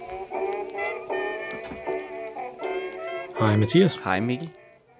Hej Mathias. Hej Mikkel.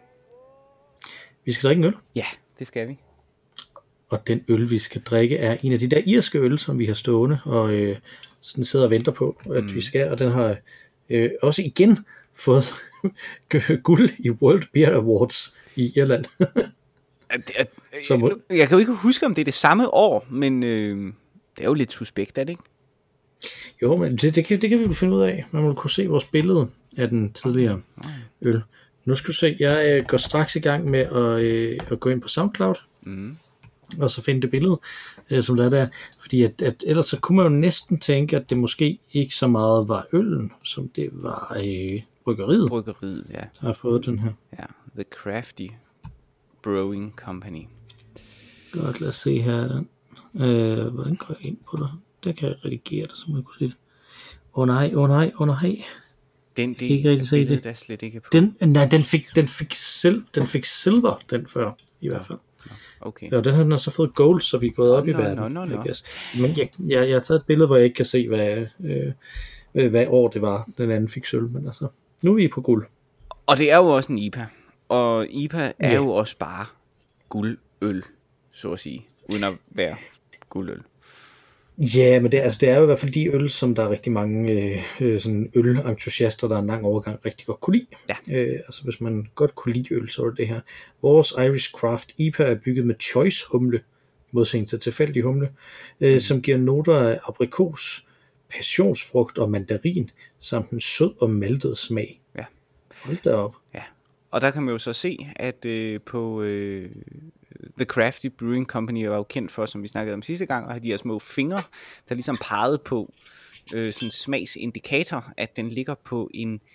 Vi skal drikke en øl. Ja, det skal vi. Og den øl, vi skal drikke, er en af de der irske øl, som vi har stående, og sådan sidder og venter på, at vi skal. Og den har også igen fået guld i World Beer Awards i Irland. Jeg kan jo ikke huske, om det er det samme år, men det er jo lidt suspekt, er det ikke? Jo, men det kan vi jo finde ud af. Man må kunne se vores billede af den tidligere øl. Nu skal du se, jeg går straks i gang med at gå ind på SoundCloud, og så finde det billede, som der er der. Fordi at ellers så kunne man jo næsten tænke, at det måske ikke så meget var øllen, som det var bryggeriet. Bryggeriet, ja. Der har fået den her. Ja, The Crafty Brewing Company. Godt, lad os se her. Hvordan går jeg ind på det? Der kan jeg redigere det, så man kunne se det. Åh nej. Den ikke rigtig se det. Der slet ikke på. Den fik silver, den før, i hvert fald. Okay. Ja, den har så fået gold, så vi er gået op i verden. Men jeg har taget et billede, hvor jeg ikke kan se, hvad år det var, den anden fik sølv. Men altså, nu er vi på guld. Og det er jo også en IPA. Og IPA er jo også bare guldøl, så at sige. Uden at være guldøl. Ja, men det er jo i hvert fald de øl, som der er rigtig mange sådan ølentusiaster, der er en lang overgang rigtig godt kunne lide. Ja. Altså hvis man godt kunne lide øl, så er det her. Vores Irish Craft IPA er bygget med choice humle, i modsætning til tilfældig humle, som giver noter af aprikos, passionsfrugt og mandarin, samt en sød og maltet smag. Ja. Hold da op. Ja. Og der kan man jo så se, at på The Crafty Brewing Company var jo kendt for, som vi snakkede om sidste gang, og har de her små fingre, der ligesom pegede på sådan en smagsindikator, at den ligger på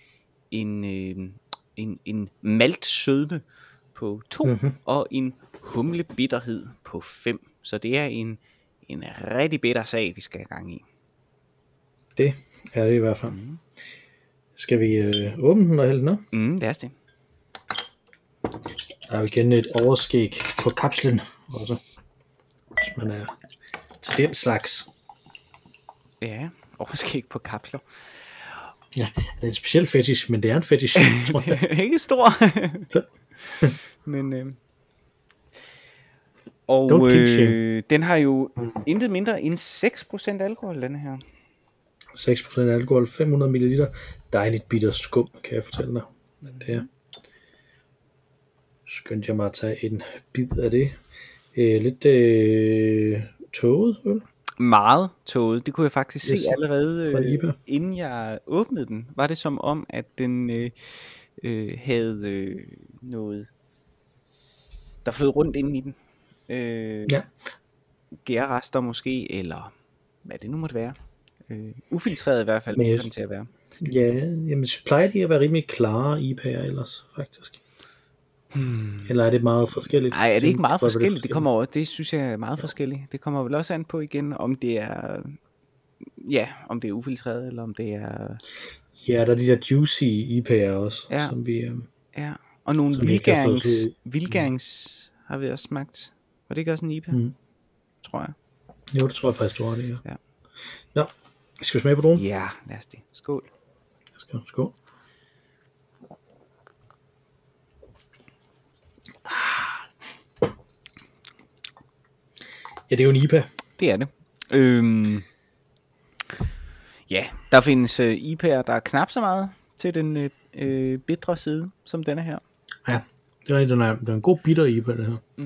en maltsødme på 2, og en humlebitterhed på 5. Så det er en rigtig bitter sag, vi skal have gang i. Det er det i hvert fald. Skal vi åbne den og hælde den op? Det er det. Der er jo igen et overskæg på kapslen også, hvis man er til den slags. Ja, overskæg på kapsler. Ja, det er en speciel fetish, men det er en fetish, tror jeg. Det er ikke stor. Men og den har jo intet mindre end 6% alkohol, den her. 6% alkohol, 500 ml. Dejligt bitter skum, kan jeg fortælle dig. Det er. Skyndte jeg mig at tage en bid af det. Lidt tåget øl. Meget tåget. Det kunne jeg faktisk se allerede, inden jeg åbnede den. Var det som om, at den havde noget, der flød rundt inde i den. Gærrester måske, eller hvad det nu måtte være. Ufiltreret i hvert fald, kommer den til at være. Ja, jamen plejer de at være rimelig klare IPA'er ellers, faktisk. Eller er det meget forskelligt? Nej, er det ikke meget forskelligt? Det kommer over, det synes jeg er meget forskelligt. Det kommer vel også an på igen, om det er om det er ufiltreret, eller om det er... Ja, der er de der juicy IPA'er også, som vi... og nogle vildgærings har vi også smagt. Var det ikke også en IPA? Tror jeg. Jo, det tror jeg faktisk, du har det, ja. Nå, skal vi smage på dronen? Ja, lad os det. Skål. Skål. Ja, det er jo en IPA. Det er det. Der findes IPA'er, der er knap så meget til den bitre side, som denne her. Ja, det er en god bitter IPA, det her.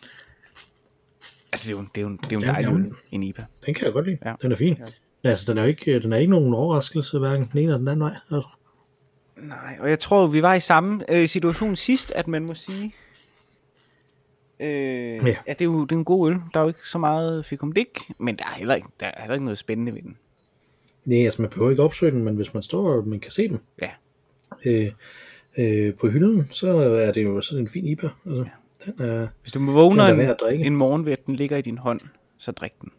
Altså, det er jo en dejlig en IPA. Den kan jeg godt lide. Ja. Den er fin. Ja. Altså, den er ikke nogen overraskelse, hverken den ene eller den anden vej. Altså. Nej, og jeg tror, vi var i samme situation sidst, at man må sige... det er jo en god øl. Der er jo ikke så meget fikumdik, men der er heller ikke noget spændende ved den. Nej, altså man behøver ikke opsøge den, men hvis man står og man kan se den på hylden, så er det jo sådan en fin IPA. Altså, den er, hvis du vågner en morgen ved, at den ligger i din hånd, så drik den.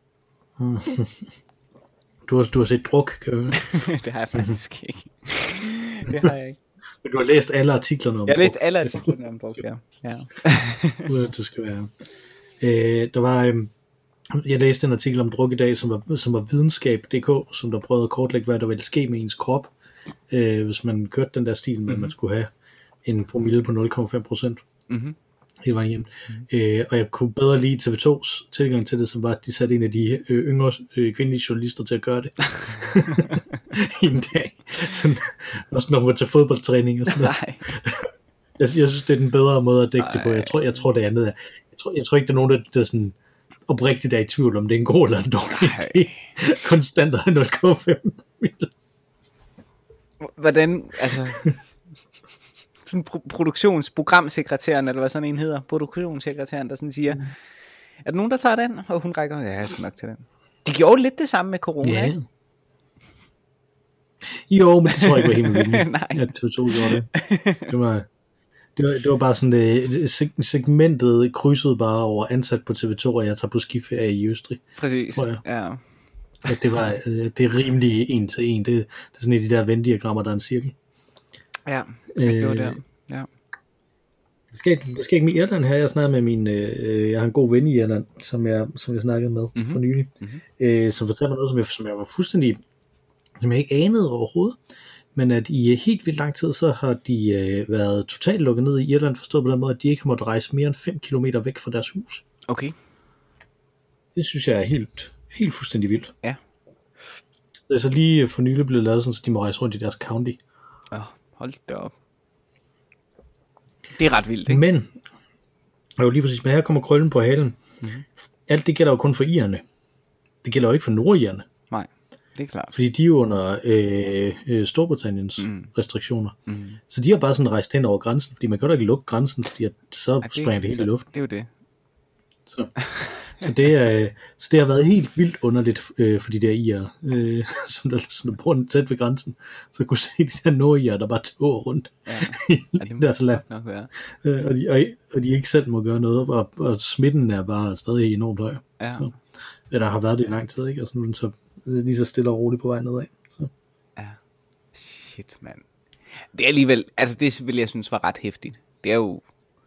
Du har set druk, kan jeg høre. Det har jeg faktisk ikke. Det har jeg ikke. Men du har læst alle artiklerne om druk. Jeg har læst alle artiklerne om druk, ja. Det skal være. Der var Jeg læste en artikel om druk i dag, som var videnskab.dk, som der prøvede at kortlægge, hvad der ville ske med ens krop, hvis man kørte den der stil med, at man skulle have en promille på 0,5%. Mhm. Hele vejen hjem. Og jeg kunne bedre lide TV2's tilgang til det, som var, at de satte en af de yngre kvindelige journalister til at gøre det. I en dag. Sådan, også når hun var til fodboldtræning og sådan noget. Nej. Jeg synes, det er den bedre måde at dække det på. Jeg tror det andet er. Jeg tror ikke, der er nogen, der sådan oprigtigt er i tvivl om, det er en god eller en dårlig idé. Konstant af 0,5. Hvordan, altså... sådan produktionsprogramsekretæren, eller hvad sådan en hedder, produktionssekretæren, der sådan siger, er der nogen, der tager den? Og hun rækker, ja, jeg skal nok tage den. De gjorde lidt det samme med corona, ikke? Jo, men det tror jeg ikke var helt vildt. Nej. Ja, TV2 gjorde det. Det var bare sådan, det segmentet krydsede bare over ansat på TV2, og jeg tager på skiferie i Østrig. Præcis, ja. At det er rimelig en til en. Det er sådan et af de der Venn-diagrammer, der er en cirkel. Ja, det var der. Ja. Det skal ikke med Irland her. Jeg snakkede med min, jeg har en god ven i Irland, som jeg snakkede med for nylig, som fortalte mig noget, som jeg var fuldstændig, som jeg ikke anede overhovedet, men at i helt vildt lang tid, så har de været totalt lukket ned i Irland, forstået på den måde, at de ikke har måttet rejse mere end 5 kilometer væk fra deres hus. Okay. Det synes jeg er helt fuldstændig vildt. Ja. Det er så lige for nylig blevet lavet sådan, så de må rejse rundt i deres county. Hold da op. Det er ret vildt, ikke? Men, jo lige præcis, men her kommer krøllen på halen. Alt det gælder jo kun for irerne. Det gælder jo ikke for nordirerne. Nej, det er klart. Fordi de er jo under Storbritanniens restriktioner. Så de har bare sådan rejst hen over grænsen, fordi man kan jo ikke lukke grænsen, fordi at så springer det helt i luften. Det er jo det. Så det har været helt vildt underligt for de der irer, som der bor tæt ved grænsen, så kunne se de der nordirer, der bare tog rundt i deres land. Og de ikke selv må gøre noget, og smitten er bare stadig enormt høj. Ja. Så, der har været det i lang tid, ikke? Og så nu er den så lige så stille og roligt på vej nedad. Så. Ja. Shit, mand. Det er alligevel, altså det vil jeg synes var ret hæftigt. Det er jo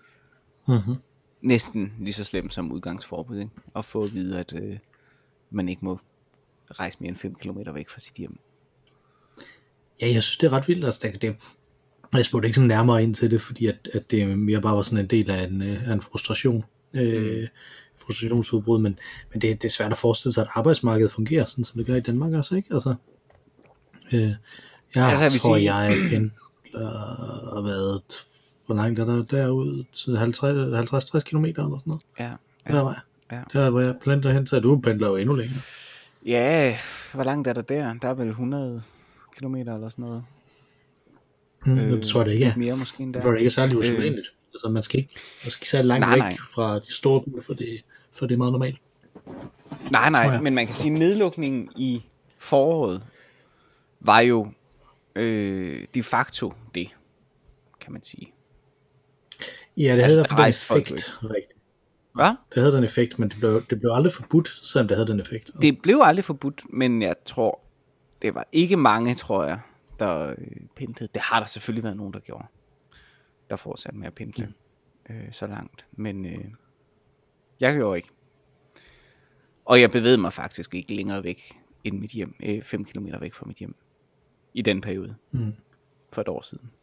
næsten lige så slemt som udgangsforbud, ikke? At få at vide, at man ikke må rejse mere end 5 kilometer væk fra sit hjem. Ja, jeg synes, det er ret vildt. Altså, jeg spurgte ikke sådan nærmere ind til det, fordi at det mere bare var sådan en del af en frustration. Frustrationsudbrud, men det er svært at forestille sig, at arbejdsmarkedet fungerer sådan, som det gør i Danmark også, ikke? Altså, jeg tror, jeg har været, hvor langt er der derude, til 50-60 kilometer eller sådan noget. Ja. Der hvor jeg pendler hen til, du pendler jo endnu længere. Ja, hvor langt er der der? Der er vel 100 kilometer eller sådan noget. Det tror jeg det ikke er. Mere måske endda. Det tror jeg ikke er særlig usædvanligt. Altså man skal ikke særlig langt væk fra de store byer, for det er meget normalt. Nej, men man kan sige, at nedlukningen i foråret var jo de facto det, kan man sige. Ja, det havde i hvert fald en effekt. Hvad? Det havde den effekt, men det blev aldrig forbudt, selvom det havde den effekt. Det blev aldrig forbudt, men jeg tror, det var ikke mange, tror jeg, der pendlede. Det har der selvfølgelig været nogen, der gjorde. Der fortsatte med at pendle så langt. Men jeg gjorde ikke. Og jeg bevægede mig faktisk ikke længere væk end mit hjem. 5 kilometer væk fra mit hjem. I den periode. For et år siden.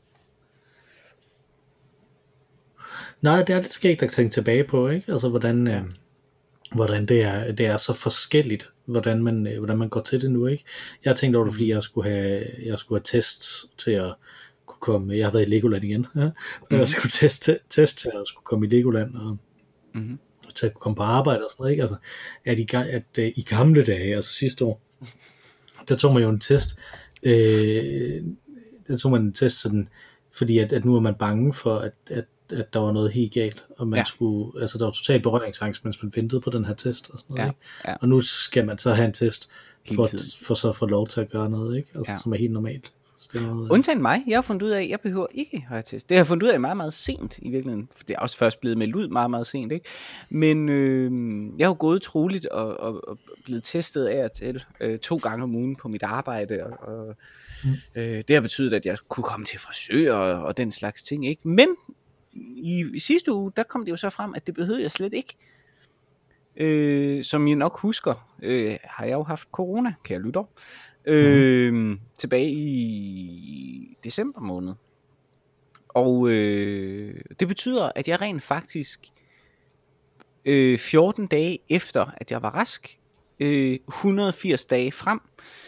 Nej, det er lidt skægt at tænke tilbage på, ikke? Altså hvordan det er så forskelligt, hvordan man går til det nu, ikke? Jeg tænkte over det, fordi jeg skulle have tests til at kunne komme. Jeg har været i Legoland igen, ja? Så jeg skulle test til at skulle komme i Legoland og til at kunne komme på arbejde og sådan noget, ikke? Altså at i gamle dage, altså sidste år, der tog man jo en test. Der tog man en test sådan, fordi at nu er man bange for at der var noget helt galt, og man skulle, altså der var total berøringsangst, mens man ventede på den her test og sådan noget, ikke? Ja. Og nu skal man så have en test for så at få lov til at gøre noget, ikke? Altså som er helt normalt. Undtagen mig, jeg har fundet ud af, at jeg behøver ikke at have test. Det har jeg fundet ud af meget, meget sent i virkeligheden, for det er også først blevet meldt ud meget, meget sent, ikke? Men jeg har jo gået troligt og blevet testet af og til 2 gange om ugen på mit arbejde, og det har betydet, at jeg kunne komme til frisør og den slags ting, ikke? Men i sidste uge, der kom det jo så frem, at det behøvede jeg slet ikke. Som I nok husker, har jeg jo haft corona, kære lytter, tilbage i december måned. Og det betyder, at jeg rent faktisk 14 dage efter, at jeg var rask, 180 dage frem,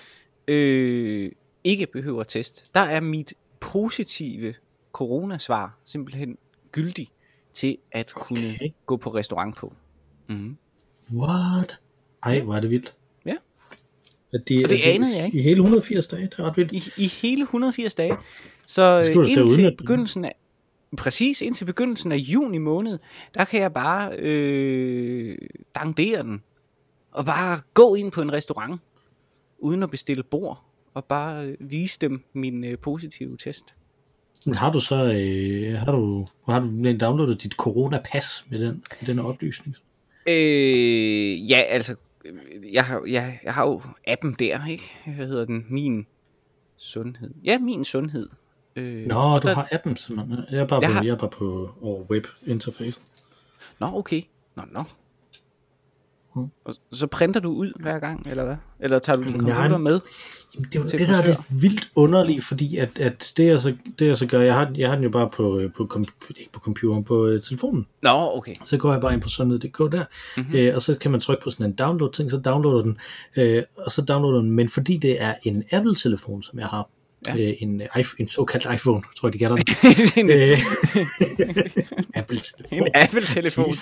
ikke behøver test. Der er mit positive coronasvar simpelthen gyldig til at kunne gå på restaurant på. Mm. What? Ej, hvor er det vildt. Ja. Og det anede jeg ikke. I hele 180 dage, det er ret vildt. I hele 180 dage. Så indtil begyndelsen af, præcis indtil begyndelsen af juni måned, der kan jeg bare dandere den. Og bare gå ind på en restaurant, uden at bestille bord, og bare vise dem min positive test. Men har du så har du downloadet dit coronapas med den oplysning? Ja, altså jeg har jo appen der, ikke? Hvad hedder den? Min sundhed. Ja, min sundhed. Nå, du har appen simpelthen. Jeg er bare på web interface. Nå, okay. Nå. Og så printer du ud hver gang, eller hvad? Eller tager du din computer med? Jamen, det der er det vildt underligt, fordi at det jeg så gør, jeg har den jo bare på computeren, på telefonen. Nå, okay. Så går jeg bare ind på sundhed.dk der, og så kan man trykke på sådan en download ting, så downloader den, og så downloader den, men fordi det er en Apple-telefon, som jeg har, en såkaldt iPhone, tror jeg de kalder den. Apple-telefon. En Apple-telefon.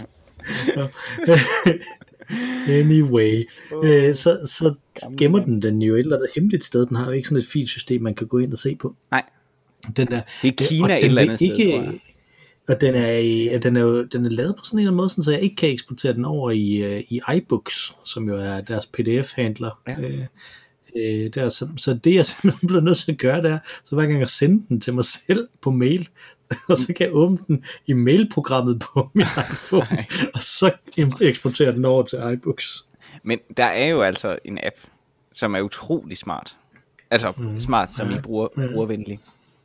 Anyway, så gemmer den jo et eller andet hemmeligt sted. Den har jo ikke sådan et filsystem, man kan gå ind og se på. Nej. Den der, det er Kina et eller andet sted, tror jeg. Og den er lavet på sådan en eller anden måde, så jeg ikke kan eksportere den over i iBooks, som jo er deres PDF-handler. Ja. Så det jeg simpelthen blevet nødt til at gøre, det er, så hver gang jeg sender den til mig selv på mail, og så kan jeg åbne den i mailprogrammet på min iPhone, og så eksportere den over til iBooks. Men der er jo altså en app, som er utrolig smart. Altså smart, som I brugervenlig.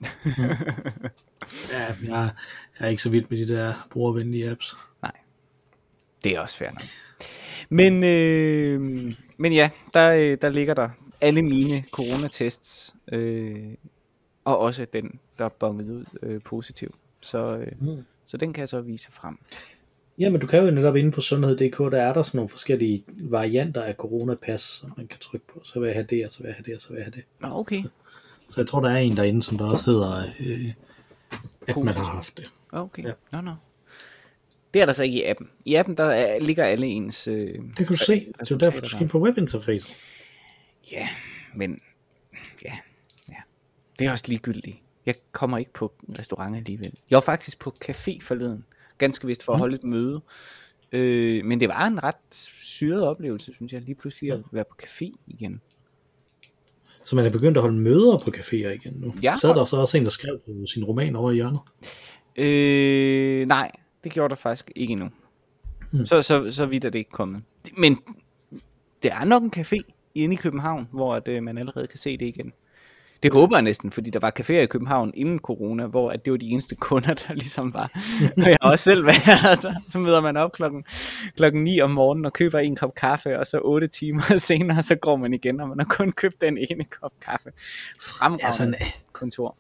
Jeg er ikke så vild med de der brugervenlige apps. Nej, det er også fair nok. Men ja, der ligger der alle mine coronatests, og også den, der er bonget ud positiv. Så den kan jeg så vise frem. Ja, men du kan jo netop inde på sundhed.dk, der er der sådan nogle forskellige varianter af coronapas, som man kan trykke på. Så vil jeg have det, og så vil jeg have det, og så vil jeg have det. Nå, okay. Så jeg tror, der er en derinde, som der også hedder, at man har haft det. Okay, ja. Nå. Det er der så ikke i appen. I appen, der ligger alle ens... det kan du se. Det er derfor, du skal på webinterface. Ja, men... Ja. Det er også ligegyldigt. Jeg kommer ikke på restaurant alligevel. Jeg var faktisk på café forleden. Ganske vist for at holde et møde. Men det var en ret syret oplevelse, synes jeg, lige pludselig at være på café igen. Så man er begyndt at holde møder på caféer igen nu? Ja. Så er der så også en, der skrev sin roman over i hjørnet? Nej, det gjorde der faktisk ikke endnu. Så vidt er det ikke kommet. Men det er nok en café inde i København, hvor man allerede kan se det igen. Det håber jeg næsten, fordi der var caféer i København inden corona, hvor at det var de eneste kunder, der ligesom var. Og jeg har også selv været der. Så møder man op klokken 9 om morgenen og køber en kop kaffe, og så 8 timer senere, så går man igen, og man har kun købt den ene kop kaffe. Fremragende kontor.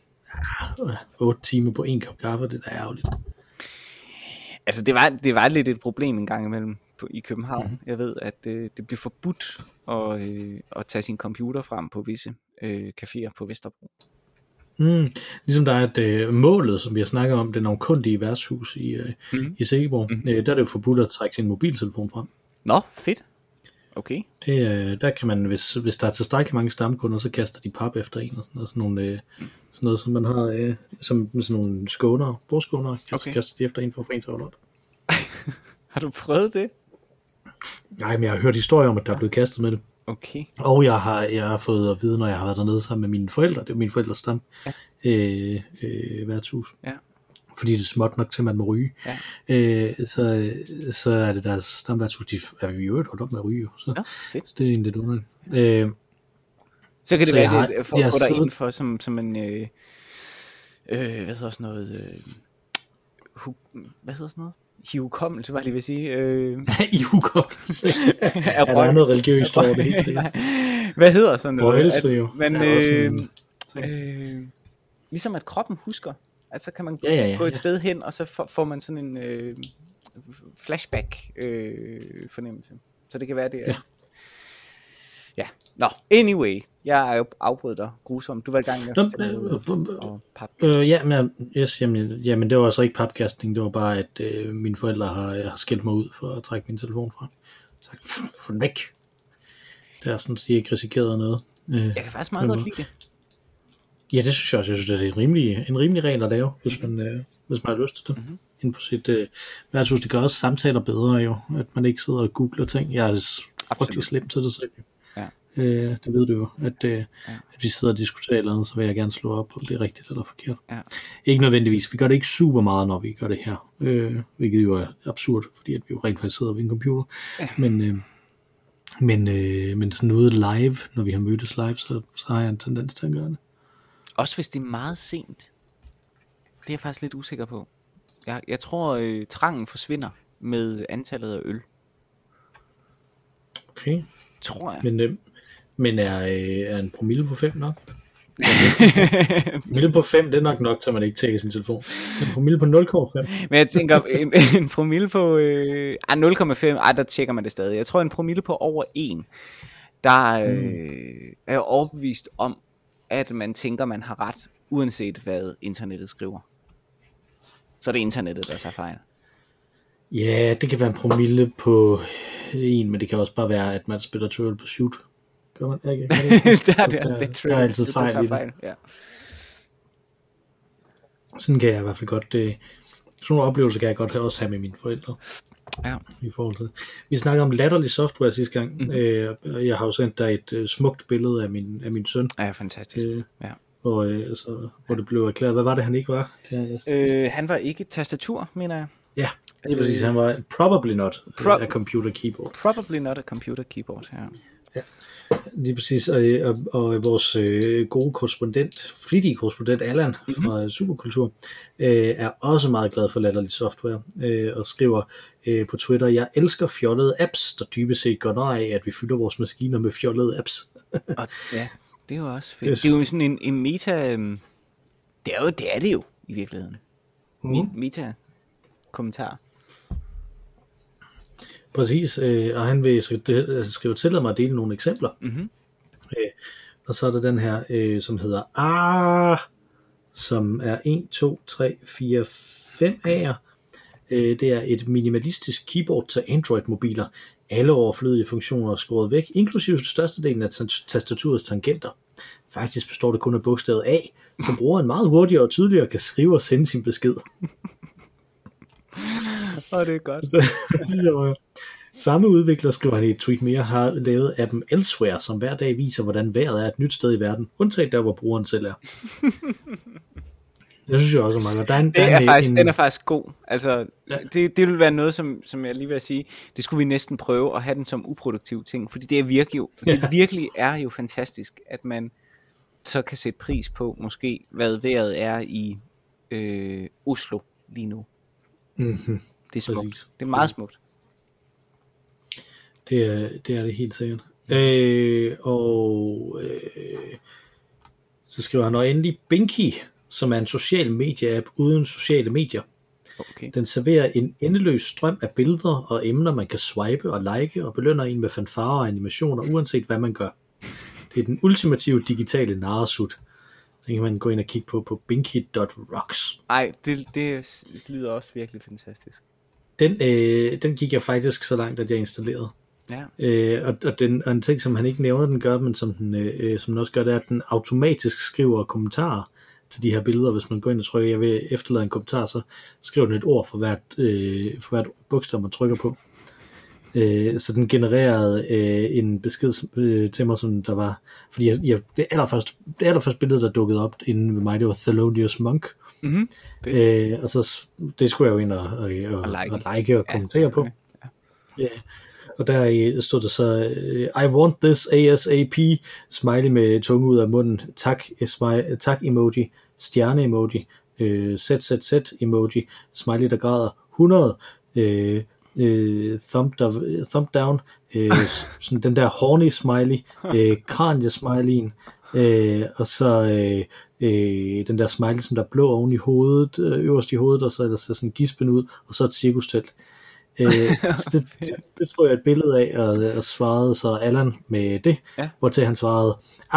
8 timer på en kop kaffe, det er ærgerligt. Altså, det var lidt et problem en gang imellem i København. Jeg ved, at det blev forbudt at tage sin computer frem på visse caféer på Vesterbro. Ligesom der er et målet, som vi har snakket om, det navnkundige værtshus i Silkeborg. Der er det jo forbudt at trække sin mobiltelefon frem. Nå, fedt. Okay. Der kan man, hvis der er tilstrækkeligt mange stamkunder, så kaster de pap efter en, og sådan noget, som man har, som sådan nogle skåner, bordskåner, kaster de efter en for at få en til at holde op. Har du prøvet det? Nej, men jeg har hørt historier om, at der er blevet kastet med det. Okay. Og jeg har fået at vide, når jeg har været dernede sammen med mine forældre, det er mine forældres stam, værtshus. Ja. Fordi det er småt nok til, at man må ryge. Ja. Så er det deres stamværtshus, de er vi jo holdt op med at ryge. Så, ja, fedt. Så det er egentlig lidt underligt. Så kan det være lidt for at gå derind for som en, hvad hedder sådan noget, hvad hedder sådan noget? i hukommelse, var jeg lige ved at sige. I hukommelse. Er der noget religiøst over det helt sikkert? Hvad hedder sådan noget? Ligesom at kroppen husker, at så kan man gå et sted hen, og så får man sådan en flashback fornemmelse. Så det kan være det. Ja. Nå, anyway, jeg er jo afbrudt dig grusomt. Du var i gang med jamen det var altså ikke papkastning, det var bare at mine forældre har skældt mig ud for at trække min telefon fra. Så få den væk. Det er sådan, at de ikke risikerede noget. Jeg kan faktisk meget godt lide det. Ja, det synes jeg også. Jeg synes, det er en rimelig regel at lave, hvis man har lyst til det. Mm-hmm. Inden på sit værtshus. Det gør også samtaler bedre jo, at man ikke sidder og googler ting. Jeg er frygtelig slemt til det selv. Ja. Det ved du jo, at vi sidder og diskuterer eller andet, så vil jeg gerne slå op, om det er rigtigt eller forkert. Ja. Ikke nødvendigvis. Vi gør det ikke super meget, når vi gør det her. Hvilket jo er absurd, fordi at vi jo rent faktisk sidder ved en computer. Ja. Men sådan noget live, når vi har mødtes live, så har jeg en tendens til at gøre det. Også hvis det er meget sent. Det er jeg faktisk lidt usikker på. Jeg tror, trangen forsvinder med antallet af øl. Okay. Tror jeg. Men er en promille på 5 nok? Promille på 5, det er nok til man ikke tjekker sin telefon. En promille på 0,5. Men jeg tænker, en promille på 0,5, der tjekker man det stadig. Jeg tror, en promille på over 1, der er jeg overbevist om, at man tænker, man har ret, uanset hvad internettet skriver. Så er det internettet, der tager fejl. Ja, det kan være en promille på 1, men det kan også bare være, at man spiller Trivial Pursuit. Gør man ikke? Det er altid fejl. Ja. Sådan kan jeg i hvert fald godt... sådan nogle oplevelser kan jeg godt også have med mine forældre. Ja. I forhold til. Vi snakkede om latterlig software sidste gang. Mm-hmm. Jeg har jo sendt dig et smukt billede af min søn. Ja, fantastisk. Ja. Hvor det blev erklæret. Hvad var det, han ikke var? Han var ikke et tastatur, mener jeg. Ja, det er præcis. Han var probably not a computer keyboard. Probably not a computer keyboard, ja. Lige præcis, og vores gode korrespondent, flittige korrespondent Allan fra Superkultur, er også meget glad for latterlig software, og skriver på Twitter, jeg elsker fjollede apps, der dybest set går ned af, at vi fylder vores maskiner med fjollede apps. Og ja, det er jo også fedt. Det er jo sådan en meta, det er det jo i virkeligheden. Meta-kommentar. Præcis, og han vil skrive til mig at dele nogle eksempler. Mm-hmm. Og så er der den her, som hedder som er 1, 2, 3, 4, 5 A'er. Det er et minimalistisk keyboard til Android-mobiler. Alle overflødige funktioner er skåret væk, inklusive størstedelen af tastaturets tangenter. Faktisk består det kun af bogstavet A, som brugeren meget hurtigere og tydeligere kan skrive og sende sin besked. Det er godt. Samme udvikler, skriver han i et tweet mere, har lavet appen Elsewhere, som hver dag viser, hvordan vejret er et nyt sted i verden, undtaget der, hvor brugeren selv er. Jeg synes jo også, at den er faktisk god. Altså, ja. det vil være noget, som jeg lige vil sige, det skulle vi næsten prøve at have den som uproduktiv ting, fordi det virkelig er jo fantastisk, at man så kan sætte pris på, måske, hvad vejret er i Oslo lige nu. Mm-hmm. Det er smukt. Præcis. Det er meget smukt. Det er det helt sikkert. Så skriver han, og endelig Binky, som er en social medie-app uden sociale medier. Okay. Den serverer en endeløs strøm af billeder og emner, man kan swipe og like, og belønner en med fanfarer og animationer, uanset hvad man gør. Det er den ultimative digitale narresut. Den kan man gå ind og kigge på binky.rocks. Ej, det lyder også virkelig fantastisk. Den gik jeg faktisk så langt, at jeg installerede. Ja. Og en ting, som han ikke nævner, den gør, men som den også gør, det er, at den automatisk skriver kommentarer til de her billeder. Hvis man går ind og trykker, jeg vil efterlade en kommentar, så skriver den et ord for hvert bogstav, man trykker på. Så den genererede en besked til mig, som der var, fordi det allerførste billede, der dukkede op inden ved mig, det var Thelonious Monk. Mm-hmm. Og så det skulle jeg jo ind og like og kommentere på. Ja. Og der stod der så, I want this ASAP, smiley med tunge ud af munden, tak emoji, stjerne emoji, z emoji, smiley der græder, 100, thumb down, sådan den der horny smiley, kranje smileyen, og så den der smiley, som der er blå oven i hovedet, øverst i hovedet, og så er der ser sådan gispen ud, og så et cirkustelt. Så det tror jeg er et billede af, og svarede så Allan med det, hvortil han svarede,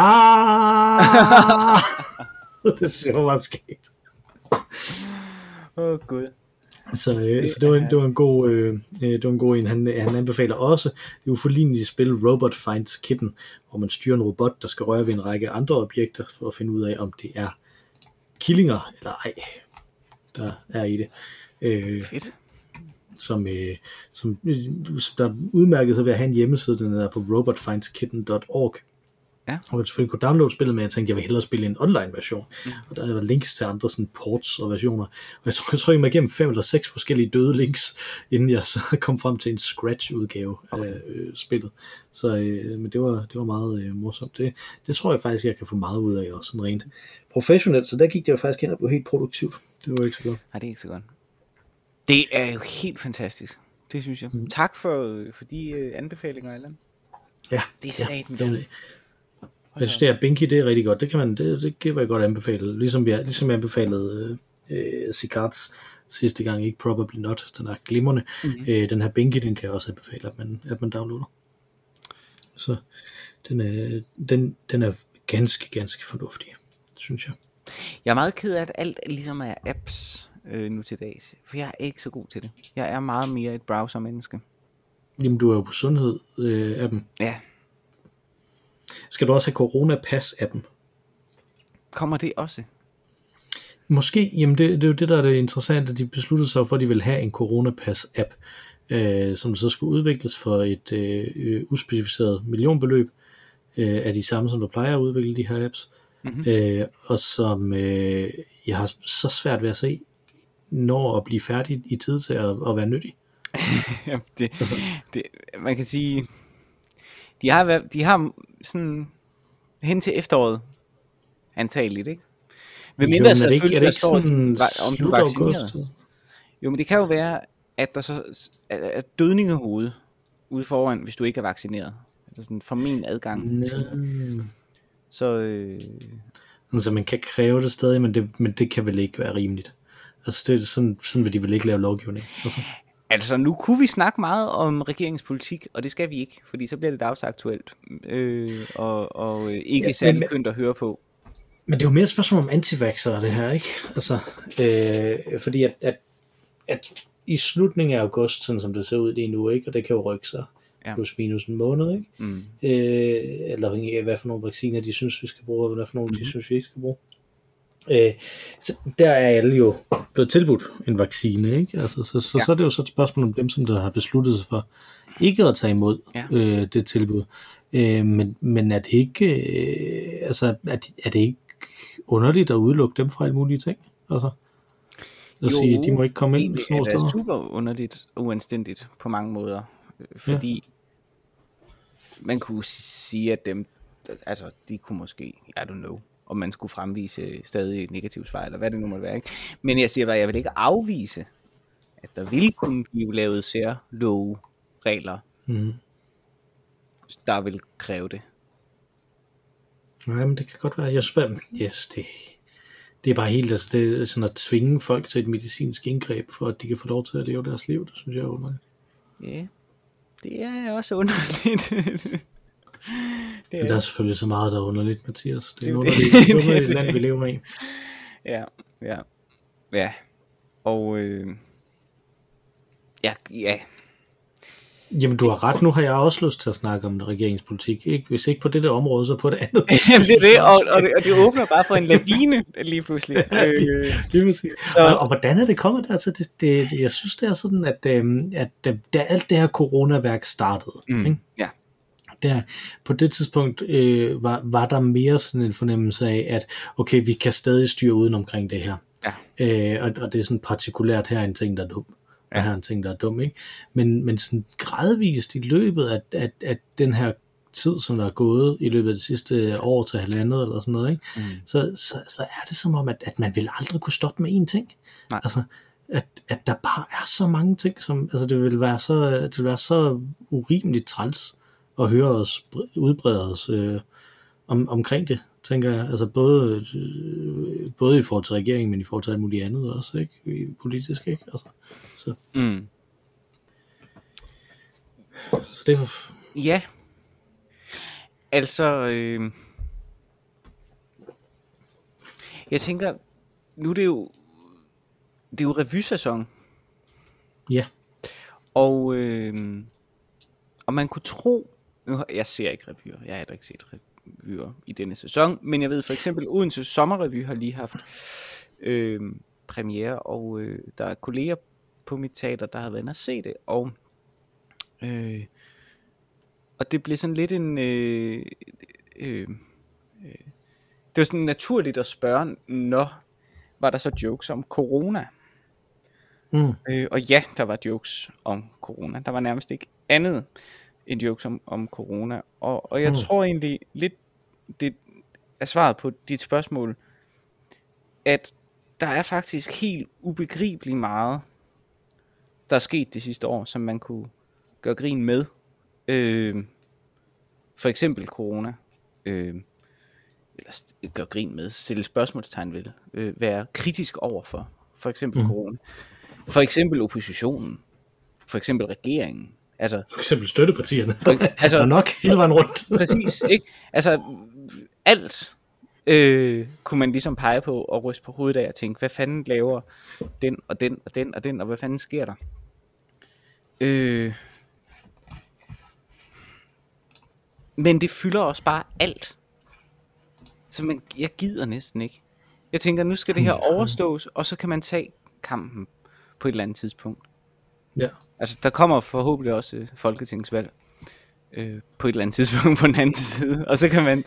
det synes jeg var skægt. Gud. Så det var en god en. Han anbefaler også det uforlignelige spil Robot Finds Kitten, hvor man styrer en robot, der skal røre ved en række andre objekter for at finde ud af, om det er killinger eller ej, der er i det. Fedt. Som der udmærket sig ved at have en hjemmeside, den er på robotfindskitten.org. Ja. Og jeg selvfølgelig kunne downloade spillet, men jeg tænkte, jeg vil hellere spille en online version. Og der er links til andre sådan ports og versioner. Og jeg tror, jeg var igennem 5 eller 6 forskellige døde links, inden jeg så kom frem til en scratch-udgave af spillet. Så, men det var meget morsomt. Det tror jeg faktisk, jeg kan få meget ud af, også sådan rent professionelt. Så der gik det jo faktisk hen og blev helt produktivt. Det var ikke så godt. Nej, det er ikke så godt. Det er jo helt fantastisk. Det synes jeg. Tak for de anbefalinger, Allan. Ja. Det er satme. Jeg synes, det er Binky, det er rigtig godt. Det kan jeg godt anbefale. Ligesom jeg anbefalede Sigards sidste gang, ikke Probably Not. Den er glimrende. Den her Binky, den kan jeg også anbefale, at man downloader. Så den er ganske fornuftig, synes jeg. Jeg er meget ked af, at alt ligesom er apps nu til dags. For jeg er ikke så god til det. Jeg er meget mere et browser-menneske. Jamen, du er jo på sundhed-appen. Ja. Skal du også have Corona-Pass-appen? Kommer det også? Måske, jamen det er jo det, der er det interessante, at de besluttede sig for, at de vil have en Corona-Pass-app, som så skulle udvikles for et uspecificeret millionbeløb af de samme, som der plejer at udvikle de her apps, og som jeg har så svært ved at se, når at blive færdig i tid til at være nyttig. Man kan sige, de har sådan hen til efteråret antageligt, ikke? Ved mindre selvfølgelig der står, om du er vaccineret. Jo, men det kan jo være, at der så er dødningehoved ude foran, hvis du ikke er vaccineret. Altså sådan for min adgang til. Så man kan kræve det stadig, men det kan vel ikke være rimeligt. Altså det er sådan vil de vel ikke lave lovgivning. Altså nu kunne vi snakke meget om regeringspolitik, og det skal vi ikke, fordi så bliver det dagsaktuelt, og ikke særlig kønt at høre på. Men det er jo mere et spørgsmål om antivaxere det her, ikke? Altså, fordi at i slutningen af august, sådan som det ser ud lige nu, ikke? Og det kan jo rykke sig plus minus en måned, ikke? Eller afhængig af, hvad for nogle vacciner de synes, vi skal bruge, og hvad for nogle de synes, vi ikke skal bruge. Så der er alle jo blevet tilbudt en vaccine, ikke? Altså, så er det jo så et spørgsmål om dem, som der har besluttet sig for ikke at tage imod det tilbud. Men er det ikke er det ikke underligt at udelukke dem fra alle mulige ting? Altså at sige, de må ikke komme ind. Det er super underligt og uanstændigt på mange måder, fordi man kunne sige, at dem, altså de kunne måske, I don't know, om man skulle fremvise stadig negativt svar, eller hvad det nu måtte være, ikke? Men jeg siger bare, jeg vil ikke afvise, at der ville kunne blive lavet særlove regler, der vil kræve det. Nej, men det kan godt være. Jeg spørger, det er bare helt, altså det er sådan at tvinge folk til et medicinsk indgreb, for at de kan få lov til at leve deres liv, det synes jeg er underligt. Ja, det er også underligt. Men der er selvfølgelig så meget, der er underligt, Mathias. Det er underligt land, vi lever i. Ja. Og ja. Jamen, du har ret. Nu har jeg også lyst til at snakke om regeringspolitik. Ikke? Hvis ikke på det der område, så på det andet. Jamen, det er det, og det åbner bare for en lavine lige pludselig. Og hvordan er det kommet der til? Jeg synes, det er sådan, at da alt det her coronaværk startede, ikke? Ja. Der, på det tidspunkt var der mere sådan en fornemmelse af, at okay, vi kan stadig styre uden omkring det her. Ja. Og det er sådan partikulært, her er en ting, der er dum. Og her er en ting, der er dum, ikke? Men sådan gradvist i løbet af den her tid, som der er gået i løbet af det sidste år til halvandet eller sådan noget, ikke? Så er det som om, at man vil aldrig kunne stoppe med én ting. Nej. Altså, at der bare er så mange ting, som, altså det vil være så urimeligt træls at høre os udbrede os omkring det, tænker jeg. Altså både i forhold til regeringen, men i forhold til alt muligt andet også, ikke? Politisk, ikke? Altså, så. Så det var... Ja. Altså, jeg tænker, nu er det er jo revysæson. Ja. Og man kunne tro, jeg ser ikke revyer, jeg har heller ikke set revyer i denne sæson, men jeg ved for eksempel, Odense Sommerrevy har lige haft premiere, og der er kolleger på mit teater, der har været inde og se det, og det blev sådan lidt en det var sådan naturligt at spørge, var der så jokes om corona? Og ja, der var jokes om corona. Der var nærmest ikke andet end jokes om corona. Og jeg tror egentlig lidt, det er svaret på dit spørgsmål, at der er faktisk helt ubegribeligt meget, der er sket det sidste år, som man kunne gøre grin med. For eksempel corona. Eller gøre grin med, stille spørgsmålstegn ved, være kritisk overfor. For eksempel corona. For eksempel oppositionen. For eksempel regeringen. Altså, for eksempel støttepartierne. Altså, der er nok hele vejen rundt. Præcis, ikke? Altså, alt kunne man ligesom pege på og ryste på hovedet af og tænke, hvad fanden laver den og den og den og den, og hvad fanden sker der? Men det fylder også bare alt. Så jeg gider næsten ikke. Jeg tænker, nu skal det her overstås, og så kan man tage kampen på et eller andet tidspunkt. Ja. Altså, der kommer forhåbentlig også folketingsvalg på et eller andet tidspunkt på den anden side, og så kan man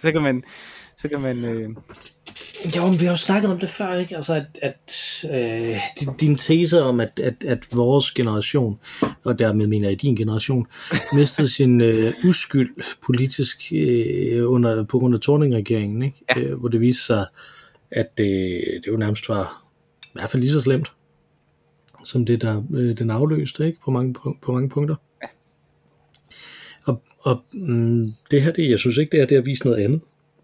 Jo, men vi har jo snakket om det før, ikke? Altså, din tese om, at vores generation, og dermed mener jeg din generation, mistede sin uskyld politisk på grund af Thorning-regeringen, ikke? Ja. Hvor det viste sig, at det jo nærmest var i hvert fald lige så slemt, som det, der den afløste, ikke? På mange punkter. Ja. Og det her, jeg synes ikke, det har vist noget andet.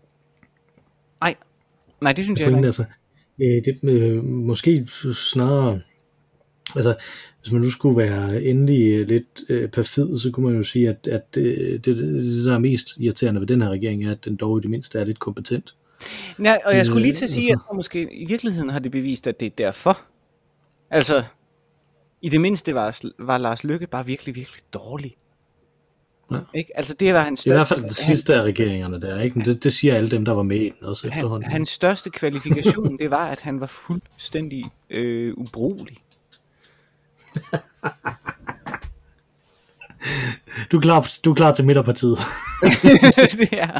Nej, det synes jeg ikke. Altså, det måske snarere, altså hvis man nu skulle være endelig lidt perfid, så kunne man jo sige, at det der er mest irriterende ved den her regering, er, at den dog i det mindste er lidt kompetent. Ja, og jeg skulle lige til at sige, at måske i virkeligheden har det bevist, at det er derfor. Altså, i det mindste var Lars Løkke bare virkelig, virkelig dårlig. Ja. Ikke? Altså det var hans største, i hvert fald det sidste af regeringerne der, ikke? Men det siger alle dem, der var med i den også efterhånden. Hans største kvalifikation, det var, at han var fuldstændig ubrugelig. Du er klar til midterpartiet. Det er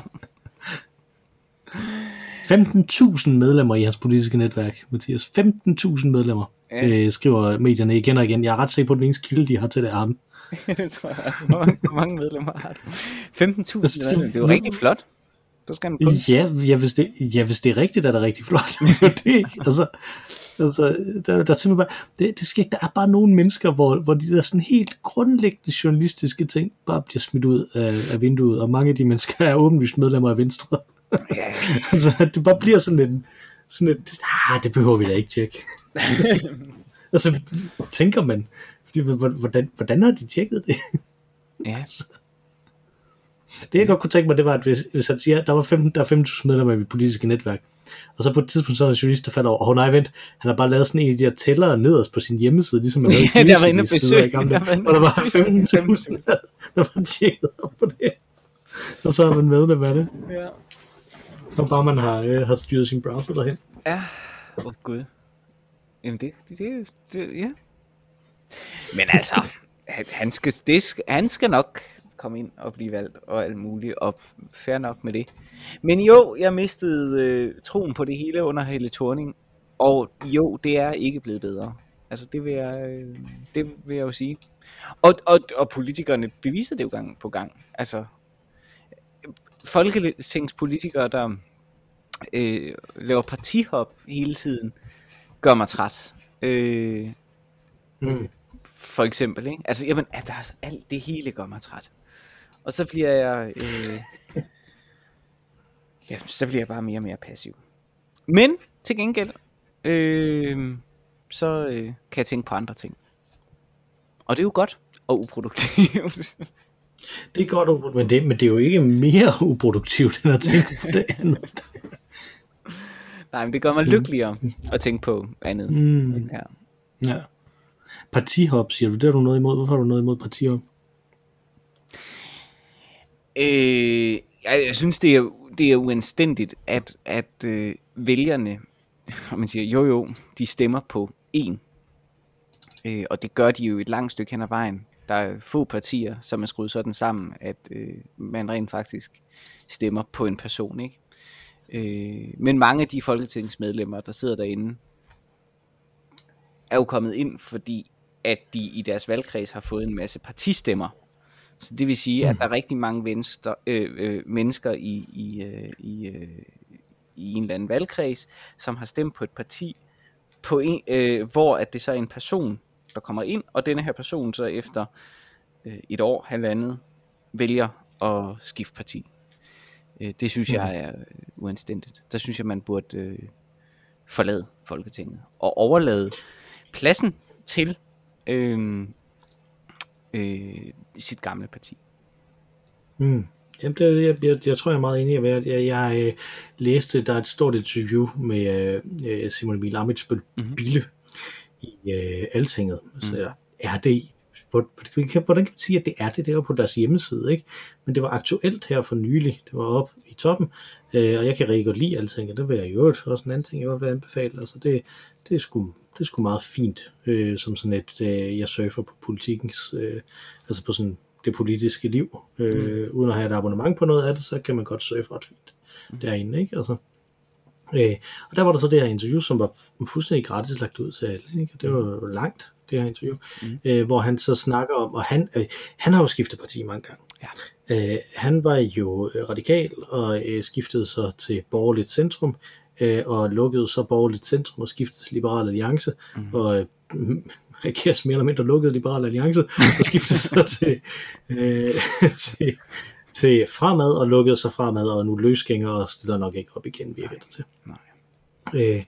15.000 medlemmer i hans politiske netværk, Mathias. 15.000 medlemmer, skriver medierne igen og igen. Jeg er ret sikker på, at den eneste kilde, de har til det er ham. Det tror jeg også. Hvor mange medlemmer har du? 15.000 medlemmer, det er jo rigtig flot. Så skal han ja, hvis det er rigtigt, er det rigtig flot. Det er det ikke. Altså, der er simpelthen bare, det sker ikke. Der er bare nogle mennesker, hvor de der sådan helt grundlæggende journalistiske ting bare bliver smidt ud af vinduet, og mange af de mennesker er åbenlyst medlemmer af Venstre. Altså, det bare bliver sådan et, det behøver vi da ikke tjekke. Altså, tænker man, hvordan har de tjekket det? Ja. Det jeg godt kunne tænke mig, det var, at hvis han siger, der er 15.000 medlemmer i mit politiske netværk, og så på et tidspunkt så er en journalist, der falder over, nej vent, han har bare lavet sådan en af de her tællere nederst på sin hjemmeside, ligesom man havde der var inde og besøg, og der var 15.000, der var tjekket op på det, og så har man medlem af det. Ja. Og bare man har styret sin browser derhen. Ja, gud. Jamen det, ja. Men altså, han skal nok komme ind og blive valgt og alt muligt, og fair nok med det. Men jo, jeg mistede troen på det hele under Helle Thorning, og jo, det er ikke blevet bedre. Altså det vil jeg jo sige. Og politikerne beviser det jo gang på gang. Altså folketingspolitikere, der laver partihop hele tiden, gør mig træt. For eksempel, ikke? Altså, jamen, der er alt det hele gør mig træt. Og så bliver jeg, så bliver jeg bare mere og mere passiv. Men til gengæld, så kan jeg tænke på andre ting. Og det er jo godt og uproduktivt. Det er godt, men det er jo ikke mere uproduktivt, end at tænke på det andet. Nej, men det gør mig lykkeligere at tænke på andet. Ja. Partihop, siger du. Det er du noget imod. Hvorfor har du noget imod partihop? Jeg synes, det er uanstændigt, at vælgerne, og man siger, jo, de stemmer på én. Og det gør de jo et langt stykke hen ad vejen. Der er få partier, som er skruet sådan sammen, at man rent faktisk stemmer på en person, ikke? Men mange af de folketingsmedlemmer, der sidder derinde, er jo kommet ind, fordi at de i deres valgkreds har fået en masse partistemmer. Så det vil sige, at der er rigtig mange mennesker i en eller anden valgkreds, som har stemt på et parti, hvor at det så er en person, der kommer ind, og denne her person så efter et år, halvandet, vælger at skifte parti. Det synes jeg er uanstændigt. Der synes jeg, man burde forlade Folketinget og overlade pladsen til sit gamle parti. Jamen, jeg tror, jeg er meget enig i det. Jeg læste, der er et stort interview med Simon Emil Ammitzbøll-Bille i Altinget. Så er det hvordan kan man sige, at det er det? Det var på deres hjemmeside, ikke? Men det var aktuelt her for nylig. Det var oppe i toppen. Og jeg kan rigtig godt lide Altinget. Det vil jeg jo også en anden ting, jeg vil anbefale. Altså, det er sgu meget fint, som sådan et, jeg surfer på politikens, altså på sådan det politiske liv, uden at have et abonnement på noget af det, så kan man godt surfe ret fint derinde, ikke? Altså, og der var der så det her interview, som var fuldstændig gratis lagt ud til alle, ikke? Og det var jo langt, det her interview, hvor han så snakker om, og han har jo skiftet parti mange gange. Ja. Han var jo radikal, og skiftede så til Borgerligt Centrum, og lukkede så Borgerligt Centrum og skiftede til Liberal Alliance, og regeres mere eller mindre lukkede Liberal Alliance, og skiftede så til Fremad, og lukkede sig Fremad, og nu løsgænger og stiller nok ikke op igen, virker det til. Nej.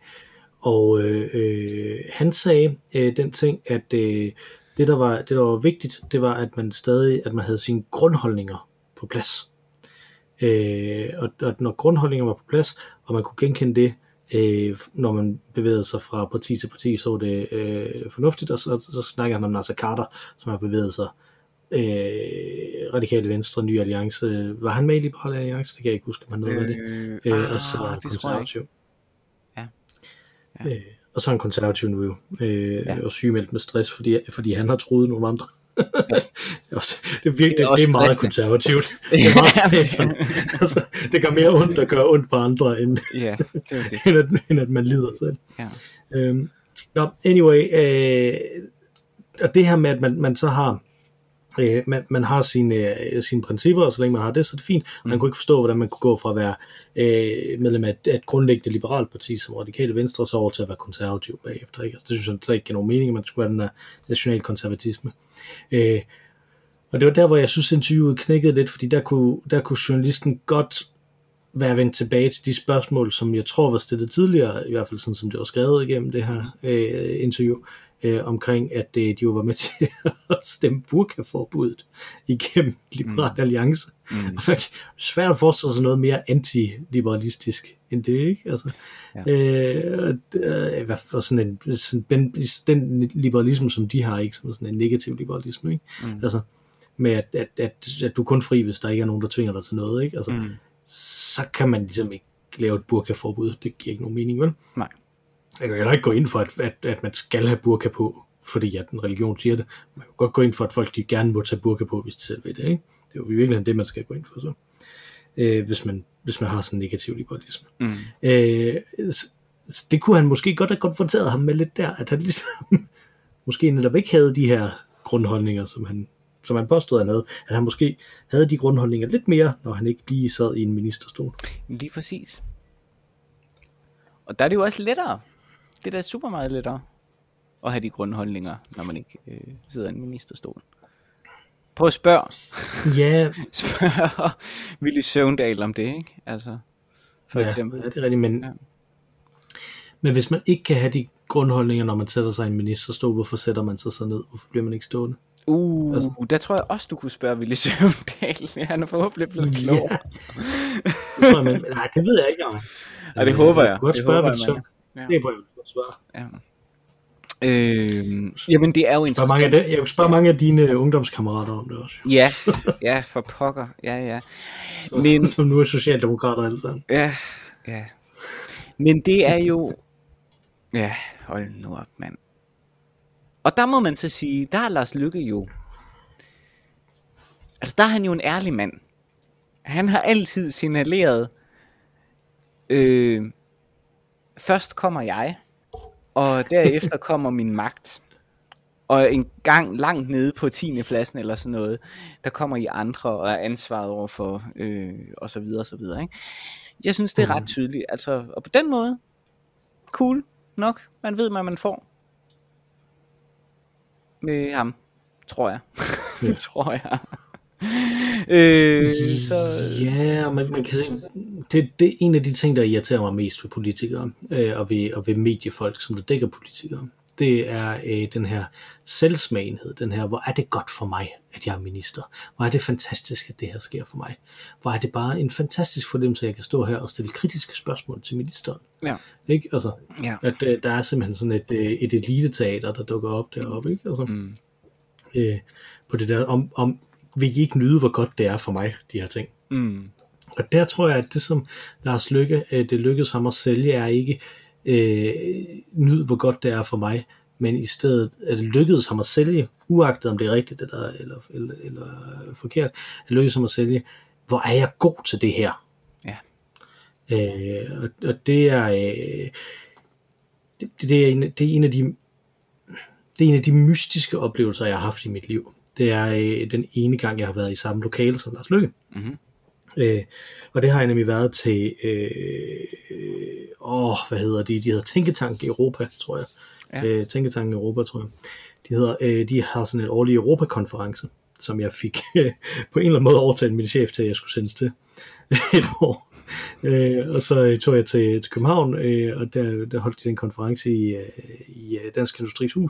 Han sagde den ting, at det der var vigtigt, det var, at man havde sine grundholdninger på plads. Og når grundholdninger var på plads, og man kunne genkende det, når man bevægede sig fra parti til parti, så var det fornuftigt, og så snakker han om Naser Khader, som har bevæget sig Radikale Venstre, Ny Alliance. Var han med i Liberale Alliance? Det kan jeg ikke huske, om han nåede det. Og så konservativ. Ja. Og så er han konservativ nu jo, og sygemeldt med stress, fordi han har troet nogle andre. Det er meget konservativt. Det er meget altså, det gør mere ondt at gøre ondt på andre, end, end at man lider selv. Ja. Anyway, og det her med, at man så har man har sine principper, og så længe man har det, så er det fint. Man kunne ikke forstå, hvordan man kunne gå fra at være medlem af et grundlæggende liberalt parti som Radikale Venstre, så over til at være konservativ bagefter. Ikke? Altså, det synes jeg slet ikke giver nogen mening, at man skulle have den der national konservatisme. Og det var der, hvor jeg synes, interviewet knækkede lidt, fordi der kunne journalisten godt være vendt tilbage til de spørgsmål, som jeg tror var stillet tidligere, i hvert fald sådan, som det var skrevet igennem det her interview, omkring, at de jo var med til at stemme burkaforbuddet igennem Liberal Alliance. Altså, det er svært at forestille sig noget mere antiliberalistisk end det, ikke? Altså, for sådan den liberalisme, som de har, ikke? Som sådan en negativ liberalisme, ikke? Altså, med at du er kun fri, hvis der ikke er nogen, der tvinger dig til noget, ikke? Altså, så kan man ligesom ikke lave et burkaforbud. Det giver ikke nogen mening, vel? Nej. Jeg kan ikke gå ind for, at man skal have burka på, fordi at en religion siger det. Man kan godt gå ind for, at folk de gerne må tage burka på, hvis de selv ved det, ikke? Det er jo virkelig det, man skal gå ind for, så. Hvis man har sådan en negativ liberalisme. Det kunne han måske godt have konfronteret ham med lidt der, at han ligesom måske netop ikke havde de her grundholdninger, som han påstod, han havde. At han måske havde de grundholdninger lidt mere, når han ikke lige sad i en ministerstol. Lige præcis. Og der er det jo også lettere. Det er da super meget lettere at have de grundholdninger, når man ikke sidder i en ministerstol? Prøv at spørge. Ja. Spørg Villy Søvndal om det, ikke? Altså, for eksempel. Ja, det er rigtigt, men hvis man ikke kan have de grundholdninger, når man sætter sig i en ministerstol, hvorfor sætter man sig så ned? Hvorfor bliver man ikke stående? Der tror jeg også, du kunne spørge Villy Søvndal. Han er forhåbentlig blevet klog. Nej, det ved jeg ikke, om. Og det håber jeg. Jeg kunne godt spørge Villy Søvndal. Det må jeg svare. Ja. Jamen det er jo interessant. Jeg vil spørge mange af dine ungdomskammerater om det også. Ja, for pokker. Ja. Men som nu er socialdemokrater alle sammen. Ja. Men det er jo hold nu op, mand. Og der må man så sige, der er Lars Løkke jo. Altså der er han jo en ærlig mand. Han har altid signaleret først kommer jeg, og derefter kommer min magt. Og en gang langt nede på 10. pladsen eller sådan noget, der kommer I andre og er ansvaret over for og så videre, ikke? Jeg synes det er ret tydeligt. Altså, og på den måde cool nok. Man ved hvad man får med ham, tror jeg. Tror jeg. Ja, man kan se, det er en af de ting, der irriterer mig mest ved politikere og ved mediefolk, som der dækker politikere. Det er den her selvsmagenhed, den her, hvor er det godt for mig, at jeg er minister. Hvor er det fantastisk, at det her sker for mig. Hvor er det bare en fantastisk fornemmelse, at jeg kan stå her og stille kritiske spørgsmål til ministeren. Ja. Ikke? Altså, at der er simpelthen sådan et eliteteater, der dukker op deroppe. Ikke? Altså, på det der, om vil I ikke nyde, hvor godt det er for mig, de her ting. Og der tror jeg, at det som Lars Løkke, det lykkedes ham at sælge, er ikke nyd, hvor godt det er for mig, men i stedet, at det lykkedes ham at sælge, uagtet om det er rigtigt eller forkert, det lykkedes ham at sælge, hvor er jeg god til det her. Ja. Og det er en af de mystiske oplevelser, jeg har haft i mit liv. Det er den ene gang, jeg har været i samme lokale som Lars Løkke. Og det har jeg nemlig været til hvad hedder de? De hedder Tænketank Europa, tror jeg. Tænketank Europa, tror jeg. De har sådan en årlig Europakonference, som jeg fik på en eller anden måde overtalt min chef til, at jeg skulle sendes til et år. Og så tog jeg til København, og der holdt de den konference i Dansk Industris Hus.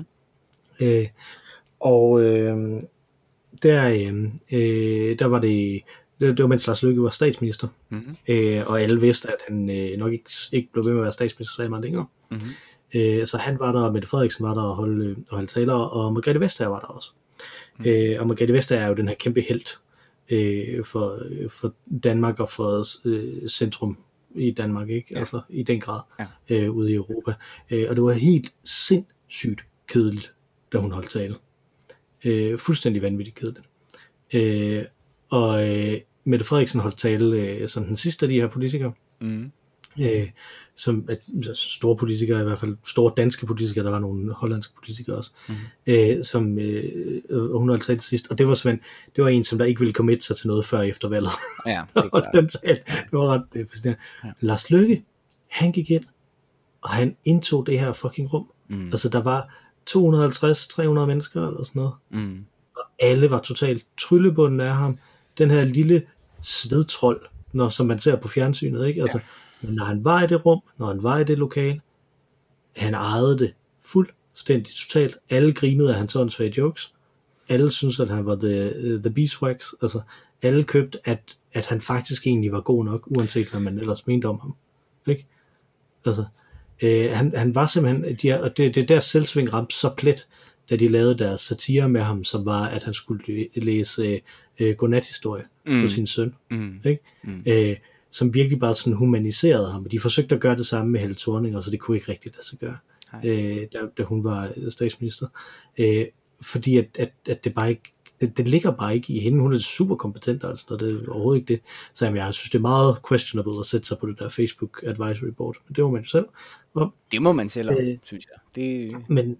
Der var det var mens Lars Løkke var statsminister, og alle vidste, at han nok ikke blev ved med at være statsminister så meget længere. Så han var der, og Mette Frederiksen var der og holde taler, og Margrethe Vestager var der også. Og Margrethe Vestager er jo den her kæmpe helt for Danmark og for centrum i Danmark, ikke? Altså i den grad ude i Europa. Og det var helt sindssygt kedeligt, da hun holdt tale. Fuldstændig vanvittigt kedeligt. Og Mette Frederiksen holdt tale som den sidste af de her politikere, som store politikere, i hvert fald store danske politikere, der var nogle hollandske politikere også, som hun holdt tale til sidst, og det var en, som der ikke ville committe sig til noget før efter valget. Ja, det er klart. Det var ret fascinerende. Lars Løkke, han gik ind, og han indtog det her fucking rum. Altså der var 250-300 mennesker eller sådan noget, og alle var totalt tryllebunden af ham. Den her lille svedtrold, som man ser på fjernsynet, ikke? Altså, men når han var i det rum, når han var i det lokale, han ejede det fuldstændig totalt. Alle grinede af hans åndssvage jokes. Alle syntes, at han var the beeswax. Altså, alle købte, at han faktisk egentlig var god nok, uanset hvad man ellers mente om ham. Ikke? Altså, han var simpelthen, det der selvsving ramte så plet, da de lavede deres satire med ham, som var, at han skulle læse godnathistorie for sin søn. Ikke? Som virkelig bare sådan humaniserede ham. De forsøgte at gøre det samme med Helle Thorning, så det kunne ikke rigtigt lade sig gøre, da hun var statsminister. Fordi at det bare ikke, det ligger bare ikke i hende. Hun er super kompetent, altså, og det er overhovedet ikke det. Så jeg synes, det er meget questionable at sætte sig på det der Facebook advisory board. Men det må man jo selv om. Det må man selv om, synes jeg. Men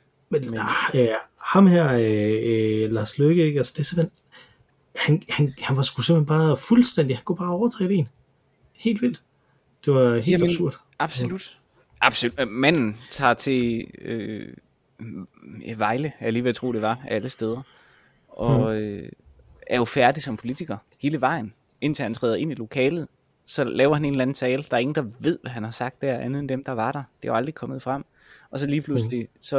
ham her, Lars Løkke, ikke? Altså, det er simpelthen, han var sgu simpelthen bare fuldstændig, han kunne bare overtræde en. Helt vildt. Det var helt absurd. Absolut. Absolut. Manden tager til Vejle, jeg lige ved at tro, det var, alle steder. Og er jo færdig som politiker hele vejen, indtil han træder ind i lokalet. Så laver han en eller anden tale. Der er ingen, der ved, hvad han har sagt der, andet end dem, der var der. Det er jo aldrig kommet frem. Og så lige pludselig, så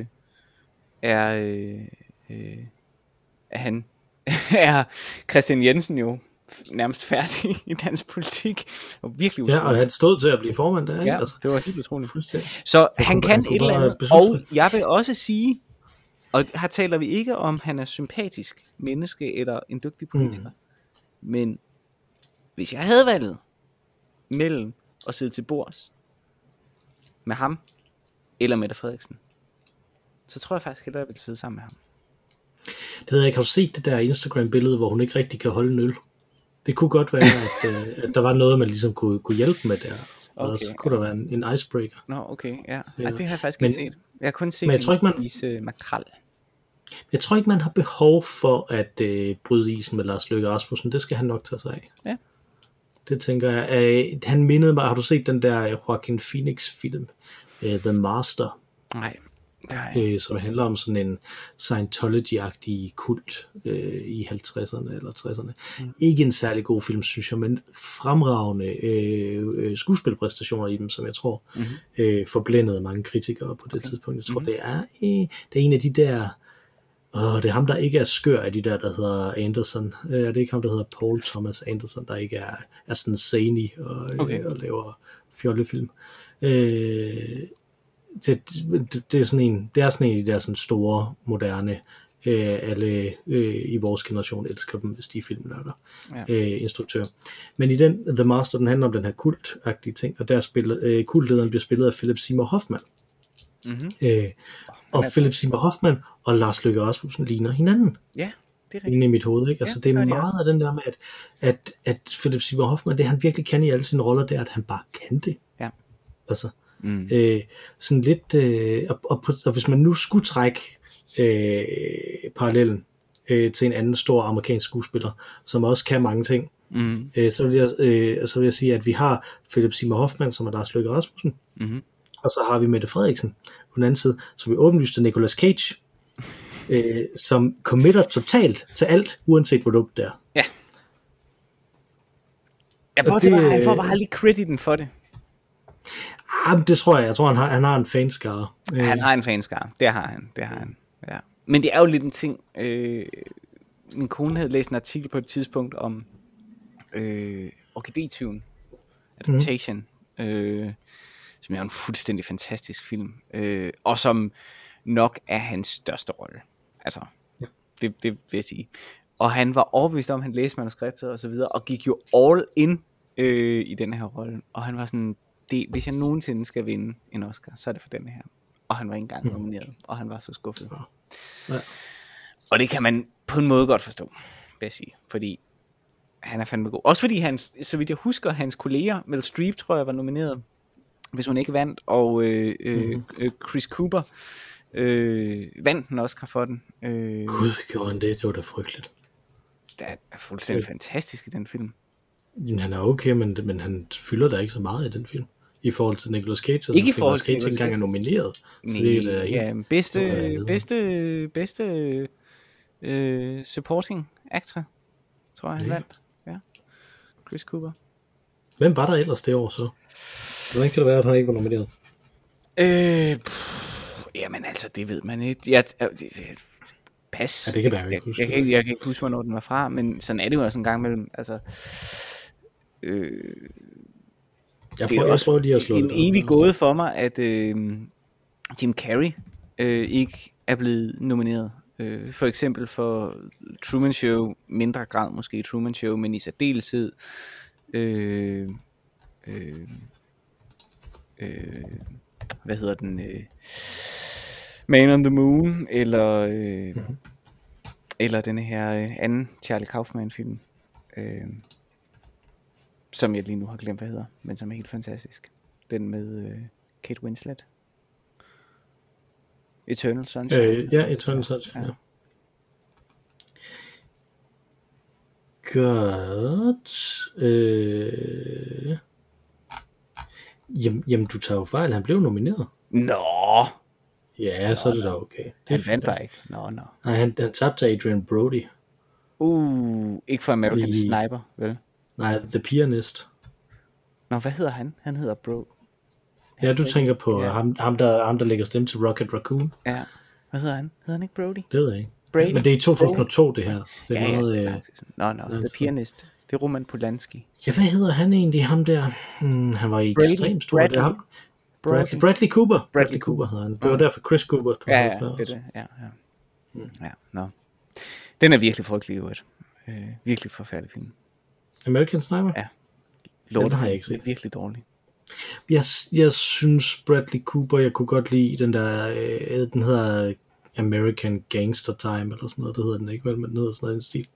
er Christian Jensen jo nærmest færdig i dansk politik. Og virkelig utroligt. Ja, og han stod til at blive formand der, ikke? Ja, det var helt utroligt. Så han kan et eller andet, og jeg vil også sige, og her taler vi ikke om, han er sympatisk menneske eller en dygtig politiker, men hvis jeg havde valget mellem at sidde til bords med ham eller Mette Frederiksen, så tror jeg faktisk, at jeg ville sidde sammen med ham. Det havde jeg ikke. Har du set det der Instagram-billede, hvor hun ikke rigtig kan holde en øl? Det kunne godt være, at der var noget, man ligesom kunne hjælpe med der. Og så kunne der være en icebreaker. Nå, okay, ja. Ej, det har jeg faktisk ikke set. Jeg har kun set makrel. Jeg tror ikke, man har behov for at bryde isen med Lars Løkke Rasmussen. Det skal han nok tage sig af. Ja. Det tænker jeg. Han mindede mig, har du set den der Joaquin Phoenix-film, The Master? Nej. Som handler om sådan en Scientology-agtig kult i 50'erne eller 60'erne. Ikke en særlig god film, synes jeg, men fremragende skuespilpræstationer i dem, som jeg tror forblændede mange kritikere på det tidspunkt. Jeg tror, det er en af de der, det er ham, der ikke er skør af de der hedder Anderson. Det er ikke ham, der hedder Paul Thomas Anderson, der ikke er sådan zany og laver fjollefilm. Det er sådan en af de der sådan store, moderne, alle i vores generation elsker dem, hvis de er filmnørder, instruktør. Men i den The Master, den handler om den her kultagtige ting, og der kultlederen bliver spillet af Philip Seymour Hoffman. Og Philip Seymour Hoffman og Lars Løkke Rasmussen ligner hinanden. Ja, det er rigtigt. Inde i mit hoved, ikke? Altså, det er meget af den der med, at Philip Seymour Hoffman, det han virkelig kan i alle sine roller, det er, at han bare kan det. Ja. Altså, sådan lidt, og hvis man nu skulle trække parallellen til en anden stor amerikansk skuespiller, som også kan mange ting, så vil jeg sige, at vi har Philip Seymour Hoffman, som er Lars Løkke Rasmussen, og så har vi Mette Frederiksen på den anden side, som vi åbenlyst er Nicolas Cage, som committer totalt til alt, uanset hvor dumt det er. Ja. Jeg han får bare aldrig crediten for det. Det tror jeg. Jeg tror, han har en fanskare. Han har en fanskare. Det har han. Ja. Men det er jo lidt en ting. Min kone havde læst en artikel på et tidspunkt om Orkidé-tyven. Adaptation. Som er en fuldstændig fantastisk film. Og som nok er hans største rolle. Altså, det vil jeg sige. Og han var overbevist om, at han læste manuskriptet og så videre, og gik jo all in i den her rolle. Og han var sådan, hvis jeg nogensinde skal vinde en Oscar, så er det for den her. Og han var ikke engang nomineret, og han var så skuffet. Ja. Og det kan man på en måde godt forstå, vil jeg sige. Fordi han er fandme god. Også fordi så vidt jeg husker, hans kolleger, Meryl Streep tror jeg var nomineret, hvis hun ikke vandt, og Chris Cooper vandt den Oscar for den. Gud, gjorde han det? Det var da frygteligt. Det er fuldstændig fantastisk i den film. Jamen, han er okay, men han fylder da ikke så meget i den film. I forhold til Nicolas Cage. Altså, ikke i forhold til Nicolas Cage. Ikke engang er nomineret. Bedste supporting actor, tror jeg, han vandt. Ja. Chris Cooper. Hvem var der ellers det år så? Hvordan kan det være, at han ikke var nomineret? Jamen altså, det ved man ikke. Pas. Ja, det kan være, jeg kan ikke huske, hvornår den var fra, men sådan er det jo også en gang mellem, altså... Jeg prøver lige at slå en evig gåde for mig, at Jim Carrey ikke er blevet nomineret. For eksempel for Truman Show, mindre grad måske Truman Show, men i særdeleshed hvad hedder den, Man on the Moon, eller denne her anden Charlie Kaufman film, som jeg lige nu har glemt hvad hedder, men som er helt fantastisk. Den med Kate Winslet. Eternal Sunshine. Ja, Eternal Sunshine. Ja. Godt. Jamen, du tager jo fejl. Han blev nomineret. Nå! Ja, så er det da okay. Han vandt bare ikke. Nå. Nej, han tabte til Adrian Brody. Ikke for American Sniper, vel? Nej, The Pianist. Nå, hvad hedder han? Han hedder Bro. Ja, du tænker på ham, der lægger stemme til Rocket Raccoon. Ja. Hvad hedder han? Hedder han ikke Brody? Det ved jeg ikke. Brady? Men det er i 2002, det her. Det er noget, The Pianist. Det er Roman Polanski. Ja, hvad hedder han egentlig, ham der? Han var ekstremt stor. Det er ham. Bradley Cooper. Bradley Cooper hedder han. Det var derfor Chris Cooper. Det er det. Ja, nå. Den er virkelig frygtelig, jo. Virkelig forfærdelig film. American Sniper? Ja. Den har jeg ikke set. Virkelig dårlig. Jeg synes Bradley Cooper, jeg kunne godt lide den der, den hedder American Gangster Time, eller sådan noget, det hedder den ikke, vel, men den hedder sådan noget en stil.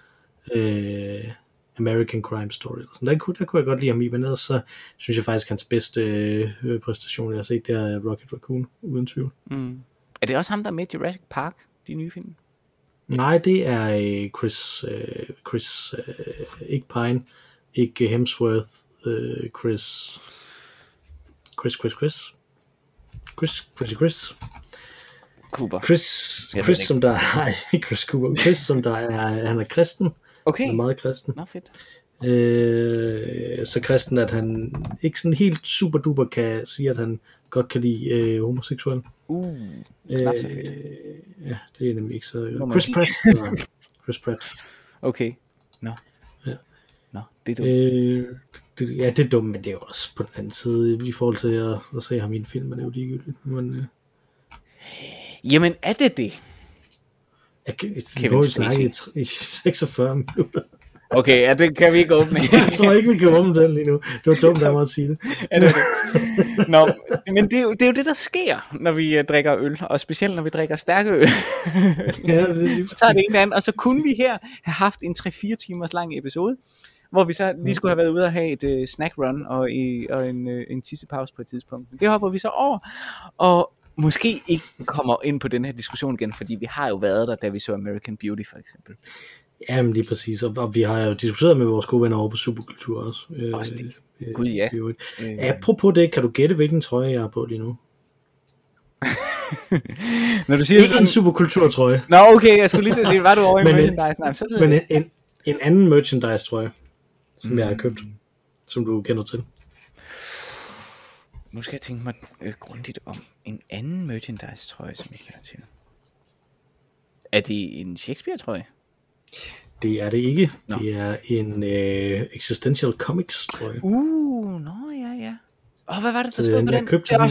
American Crime Story, eller sådan. Der kunne jeg godt lide ham i, men ellers så synes jeg faktisk, hans bedste præstation, jeg har set, det er Rocket Raccoon, uden tvivl. Er det også ham, der er med i Jurassic Park, de nye film? Nej, det er Chris ikke Pine, ikke Hemsworth, Chris Cooper. Chris som der er Chris Cooper. Chris som der er, han er kristen. Okay. Han er meget kristen. Nå, fedt. Så kristen, at han ikke sådan helt super duper kan sige, at han godt kan lide homoseksuel. Knap så fedt. Ja, det er nemlig ikke så. Chris Pratt. Okay. Nå. Ja. Nå, det er dumt. Ja, det er dumt, men det er jo også på den anden side, i forhold til at se ham i en film, men det er jo ligegyldigt. Men, Jamen, er det det? Kevin vi snakke i 46 minutter. Okay, ja, det kan vi ikke åbne. Jeg tror ikke, vi kan åbne den lige nu. Det var dumt af mig at sige det. Nå, men det er jo det, der sker, når vi drikker øl, og specielt når vi drikker stærke øl. Så tager det en anden, og så kunne vi her have haft en 3-4 timers lang episode, hvor vi så lige skulle have været ude og have et snack run og en tissepause på et tidspunkt. Det hopper vi så over, og måske ikke kommer ind på den her diskussion igen, fordi vi har jo været der, da vi så American Beauty for eksempel. Jamen lige præcis, og vi har jo diskuteret med vores gode venner over på Superkultur også. Også det. Gud ja. Apropos det, kan du gætte, hvilken trøje jeg har på lige nu? Når du siger ikke sådan en Superkultur-trøje. Nå okay, jeg skulle lige til at sige, var du over i merchandise? Nej, så men en anden merchandise-trøje, som jeg har købt, som du kender til. Nu skal jeg tænke mig grundigt om en anden merchandise-trøje, som jeg kender til. Er det en Shakespeare-trøje? Det er det ikke. Nå. Det er en Existential Comics trøje. Ja. Hvad var det, der stod på den? Der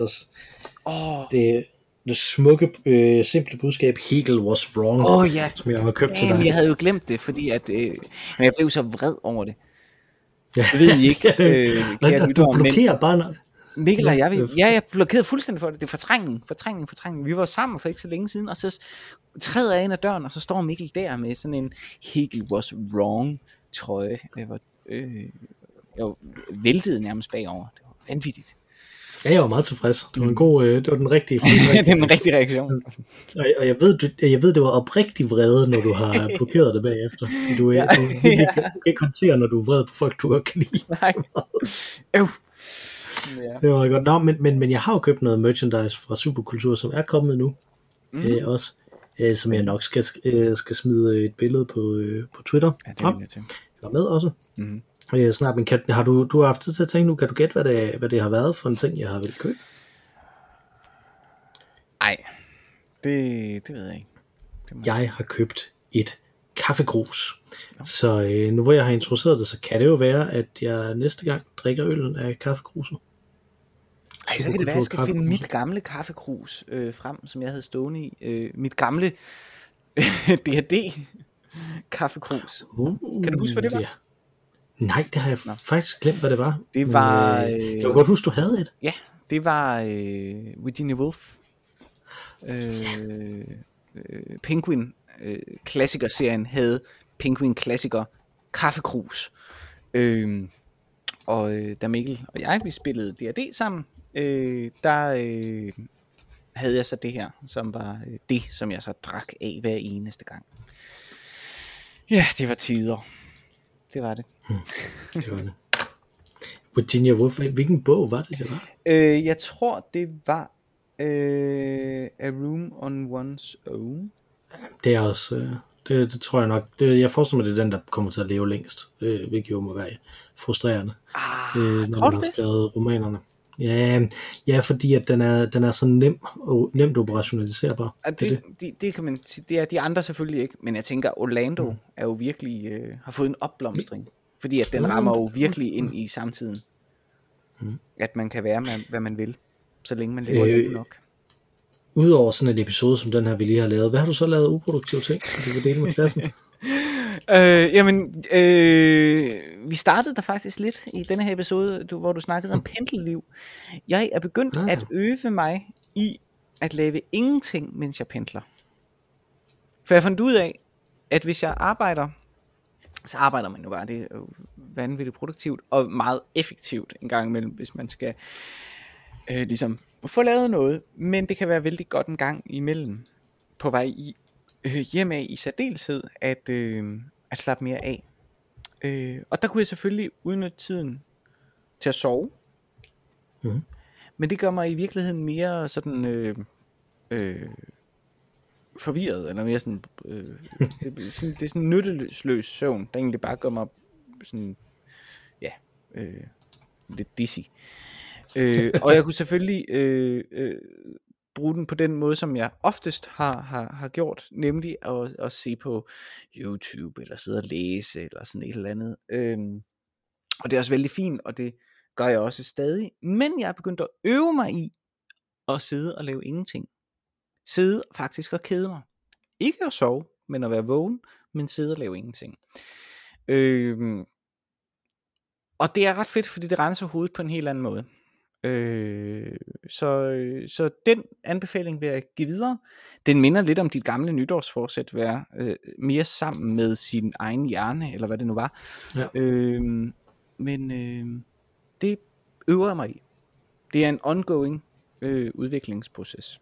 stod det smukke, simple budskab, Hegel was wrong, ja. Som jeg har købt til dig. Jeg havde jo glemt det, fordi at, men jeg blev så vred over det. Jeg ved ikke, du blokerer bare... Mikkel og jeg blokerede fuldstændig for det. Det er fortrængning. Vi var sammen for ikke så længe siden, og så træder jeg ind ad døren, og så står Mikkel der med sådan en Hegel was wrong trøje. Jeg væltede nærmest bagover. Det var vanvittigt. Ja, jeg var meget tilfreds. Det var en god, det var den rigtige. Det er den rigtige reaktion. Og jeg ved, det var oprigtig vrede, når du har blokeret det bagefter. Du kan ikke håndtere, når du er vred på folk, du godt kan lide. Nej. Ja. Det var godt. Nå, men jeg har jo købt noget merchandise fra Superkultur, som er kommet nu. Også. Som jeg nok skal smide et billede på Twitter. Ja, det er jeg til. Jeg med også. Snart, men har du har haft tid til at tænke nu? Kan du gætte, hvad det har været for en ting, jeg har vel købt? Nej, det ved jeg ikke. Jeg har købt et kaffegrus. Så nu hvor jeg har introduceret det, så kan det jo være, at jeg næste gang drikker øllen af kaffegruset. Så kan det være, at jeg skal finde mit gamle kaffekrus frem, som jeg havde stående i. Mit gamle D&D kaffekrus. Kan du huske, hvad det var? Ja. Nej, det har jeg faktisk glemt, hvad det var. Det var... jeg kan godt huske, du havde et. Ja, det var Virginia Woolf. Penguin klassiker-serien havde Penguin klassiker kaffekrus. Og da Mikkel og jeg vi spillede D&D sammen, havde jeg så det her, som var det, som jeg så drak af hver eneste gang. Ja, det var tider. Det var det. Det var det. Virginia Woolf, hvilken bog var det var? Jeg tror, det var A Room on One's Own. Det er også, det tror jeg nok, jeg forestiller mig, det er den, der kommer til at leve længst, hvilket jo må være frustrerende, når man har skrevet romanerne. Ja, fordi at den er så nemt operationaliserbar. Det kan man sige, det er de andre selvfølgelig ikke, men jeg tænker, Orlando er jo virkelig, har fået en opblomstring, fordi at den rammer jo virkelig ind i samtiden. At man kan være, hvad man vil, så længe man lever længe nok. Udover sådan en episode som den her, vi lige har lavet, hvad har du så lavet uproduktive ting, du vil dele med klassen? Vi startede der faktisk lidt i denne her episode, hvor du snakkede om pendlerliv. Jeg er begyndt at øve mig i at lave ingenting, mens jeg pendler. For jeg fandt ud af, at hvis jeg arbejder, så arbejder man jo bare, det er jo vanvittigt produktivt og meget effektivt en gang imellem, hvis man skal ligesom få lavet noget, men det kan være vældig godt en gang imellem på vej hjem af i særdeleshed at slappe mere af. Og der kunne jeg selvfølgelig udnytte tiden til at sove. Men det gør mig i virkeligheden mere sådan forvirret, eller mere sådan, det er sådan en nytteløs søvn, der egentlig bare gør mig sådan, lidt dizzy. Og jeg kunne selvfølgelig bruge den på den måde, som jeg oftest har gjort, nemlig at se på YouTube, eller sidde og læse, eller sådan et eller andet. Og det er også vældig fint, og det gør jeg også stadig. Men jeg er begyndt at øve mig i at sidde og lave ingenting. Sidde faktisk og kede mig. Ikke at sove, men at være vågen, men sidde og lave ingenting. Og det er ret fedt, fordi det renser hovedet på en helt anden måde. Så den anbefaling vil jeg give videre. Den minder lidt om dit gamle nytårsforsæt, være mere sammen med sin egen hjerne, eller hvad det nu var. Ja. Men det øver jeg mig i. Det er en ongoing udviklingsproces.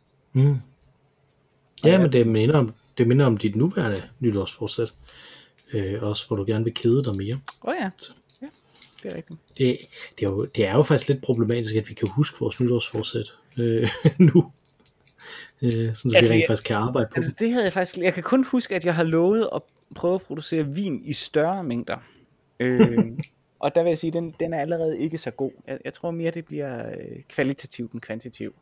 Ja, men det minder om dit nuværende nytårsforsæt, også hvor du gerne vil kede dig mere. Ja. Det er rigtigt. Det er jo faktisk lidt problematisk, at vi kan huske vores nytårsforsæt nu. Så vi rent faktisk kan arbejde på. Det havde jeg kan kun huske, at jeg har lovet at prøve at producere vin i større mængder. Og der vil jeg sige, den er allerede ikke så god. Jeg tror mere, det bliver kvalitativt end kvantitativt.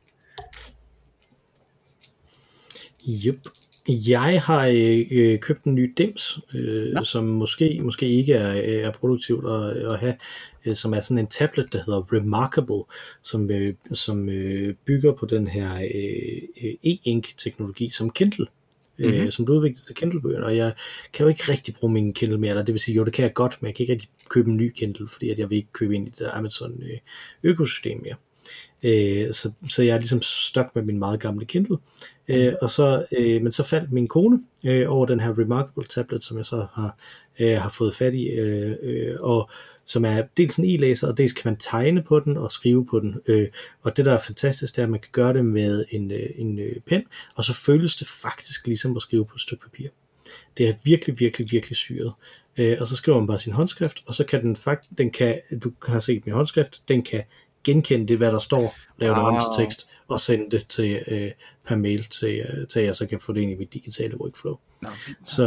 Yep. Jeg har købt en ny dims, som måske ikke er produktivt at have, som er sådan en tablet, der hedder Remarkable, som bygger på den her e-ink-teknologi som Kindle, som blev udviklet til Kindle-bøgerne, og jeg kan jo ikke rigtig bruge min Kindle mere, eller det vil sige, jo det kan jeg godt, men jeg kan ikke rigtig købe en ny Kindle, fordi at jeg vil ikke købe ind i det der Amazon økosystem mere. Så jeg er ligesom stok med min meget gamle Kindle, men så faldt min kone over den her Remarkable tablet, som jeg så har fået fat i, og som er dels en e-læser, og dels kan man tegne på den og skrive på den, og det der er fantastisk, det er, at man kan gøre det med en pen, og så føles det faktisk ligesom at skrive på et stykke papir. Det er virkelig, virkelig, virkelig syret. Og så skriver man bare sin håndskrift, og så kan du har set min håndskrift, den kan genkende det, hvad der står, lave det om til tekst, og sende det til per mail til jeg så kan få det ind i mit digitale workflow. Så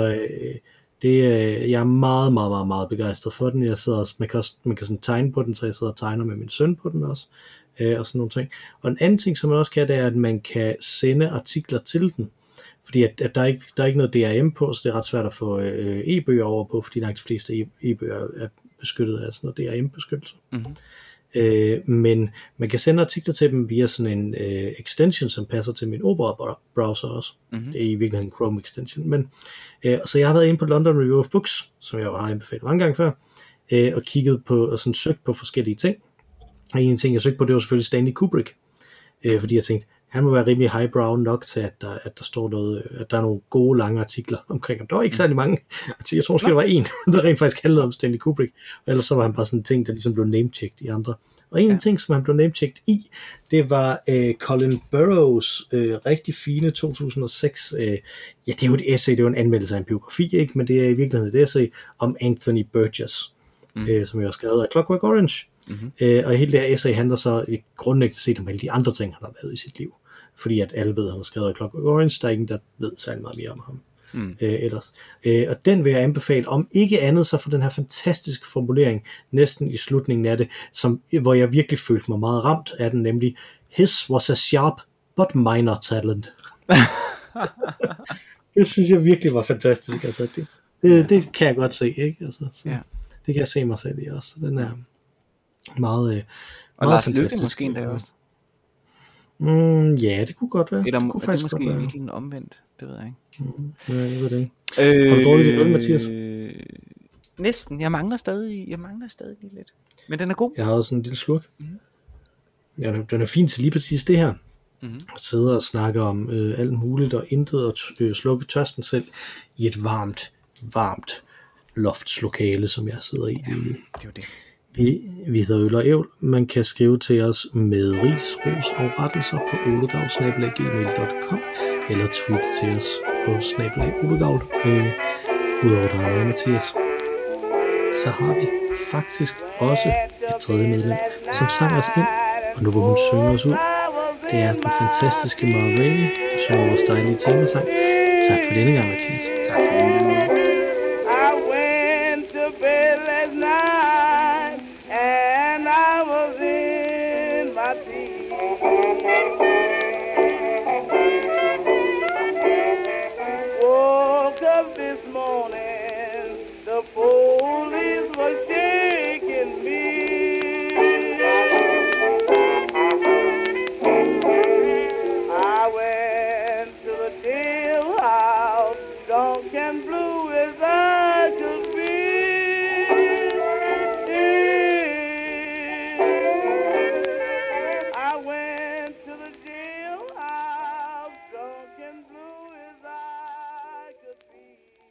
jeg er meget, meget, meget, meget begejstret for den. Jeg sidder også, man kan sådan tegne på den, så jeg sidder og tegner med min søn på den også, og sådan nogle ting. Og en anden ting, som man også kan, det er, at man kan sende artikler til den, fordi at der er ikke noget DRM på, så det er ret svært at få e-bøger over på, fordi langt de fleste e-bøger er beskyttet af sådan noget DRM-beskyttelse. Men man kan sende artikler til dem via sådan en extension, som passer til min Opera browser også. Det er i virkeligheden en Chrome extension. Men så jeg har været inde på London Review of Books, som jeg jo har anbefalet mange gange før, og kigget på og sådan søgt på forskellige ting. Og en ting jeg søgte på, det var selvfølgelig Stanley Kubrick, fordi jeg tænkte, han må være rimelig highbrow nok til, at der står noget, at der er nogle gode lange artikler omkring ham. Der var ikke særlig mange artikler. Jeg tror måske, der var en, der rent faktisk handlede om Stanley Kubrick. Og ellers så var han bare sådan en ting, der ligesom blev namechecked i andre. Og en af ting, som han blev namechecked i, det var Colin Burrows rigtig fine 2006. Det er jo et essay, det er jo en anmeldelse af en biografi, ikke? Men det er i virkeligheden et essay om Anthony Burgess. som jeg har skrevet af Clockwork Orange. Og hele det her essay handler så grundlæggende set om alle de andre ting, han har lavet i sit liv. Fordi at alle ved, at han har skrevet af Clockwork Orange, der er ingen, der ved særlig meget mere om ham. Ellers. Og den vil jeg anbefale, om ikke andet så for den her fantastiske formulering, næsten i slutningen af det, hvor jeg virkelig følte mig meget ramt af den, nemlig his was a sharp but minor talent. Det synes jeg virkelig var fantastisk. Altså, det kan jeg godt se, ikke? Altså, det kan jeg se mig selv i også. Den er meget og meget Lars Løkke måske endda også. Ja, det kunne godt være. Eller det kunne faktisk måske virkelig omvendt. Det ved jeg ikke. Ja, jeg ved det ikke. Har du dårligt med øl, Mathias? Næsten. Jeg mangler stadig lidt. Men den er god. Jeg har også sådan en lille slurk. Ja, den er fin til lige præcis det her. At sidde og snakke om alt muligt og intet og slukke tørsten selv i et varmt loftslokale, som jeg sidder i. Ja, det er jo det. Vi hedder Øl og Ævl. Man kan skrive til os med ris, ros og rettelser på olegavl@gmail.com eller tweet til os på @olegavl. Udover der er mig, Mathias, så har vi faktisk også et tredje medlem, som sang os ind, og nu vil hun synge os ud. Det er den fantastiske Mara Rainey, der synger vores dejlige temasang. Tak for denne gang, Mathias. Tak for denne gang. I went to bed last night and I was in my teens. Woke up this morning, the police were shaking me. I went to the jailhouse, drunk and blue as I could be. I went to the jailhouse, drunk and blue as I could be.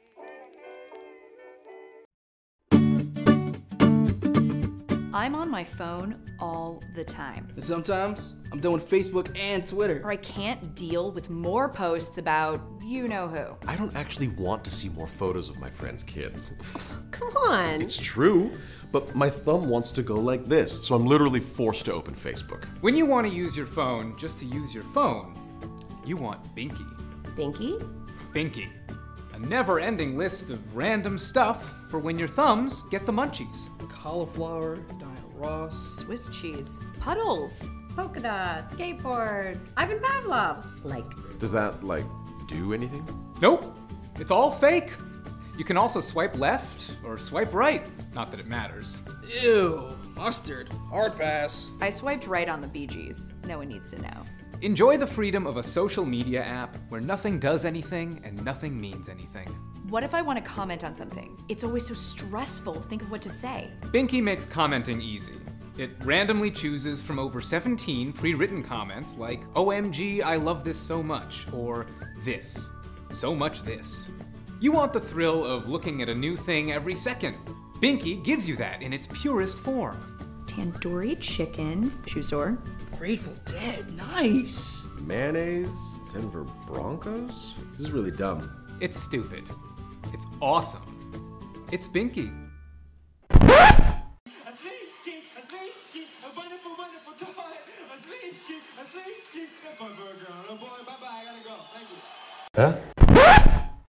I'm on my phone all the time. Sometimes I'm done with Facebook and Twitter. Or I can't deal with more posts about you-know-who. I don't actually want to see more photos of my friends' kids. Come on. It's true, but my thumb wants to go like this, so I'm literally forced to open Facebook. When you want to use your phone just to use your phone, you want Binky. Binky? Binky. A never-ending list of random stuff for when your thumbs get the munchies. Cauliflower, Diet Ross. Swiss cheese. Puddles. Polka dot, skateboard, Ivan Pavlov. Like, Does that, do anything? Nope. It's all fake. You can also swipe left or swipe right. Not that it matters. Ew, mustard, hard pass. I swiped right on the Bee Gees. No one needs to know. Enjoy the freedom of a social media app where nothing does anything and nothing means anything. What if I want to comment on something? It's always so stressful to think of what to say. Binky makes commenting easy. It randomly chooses from over 17 pre-written comments like, OMG, I love this so much, or this, so much this. You want the thrill of looking at a new thing every second. Binky gives you that in its purest form. Tandoori chicken. Shoe sore. Grateful Dead, nice. Mayonnaise? Denver Broncos? This is really dumb. It's stupid. It's awesome. It's Binky. Ja?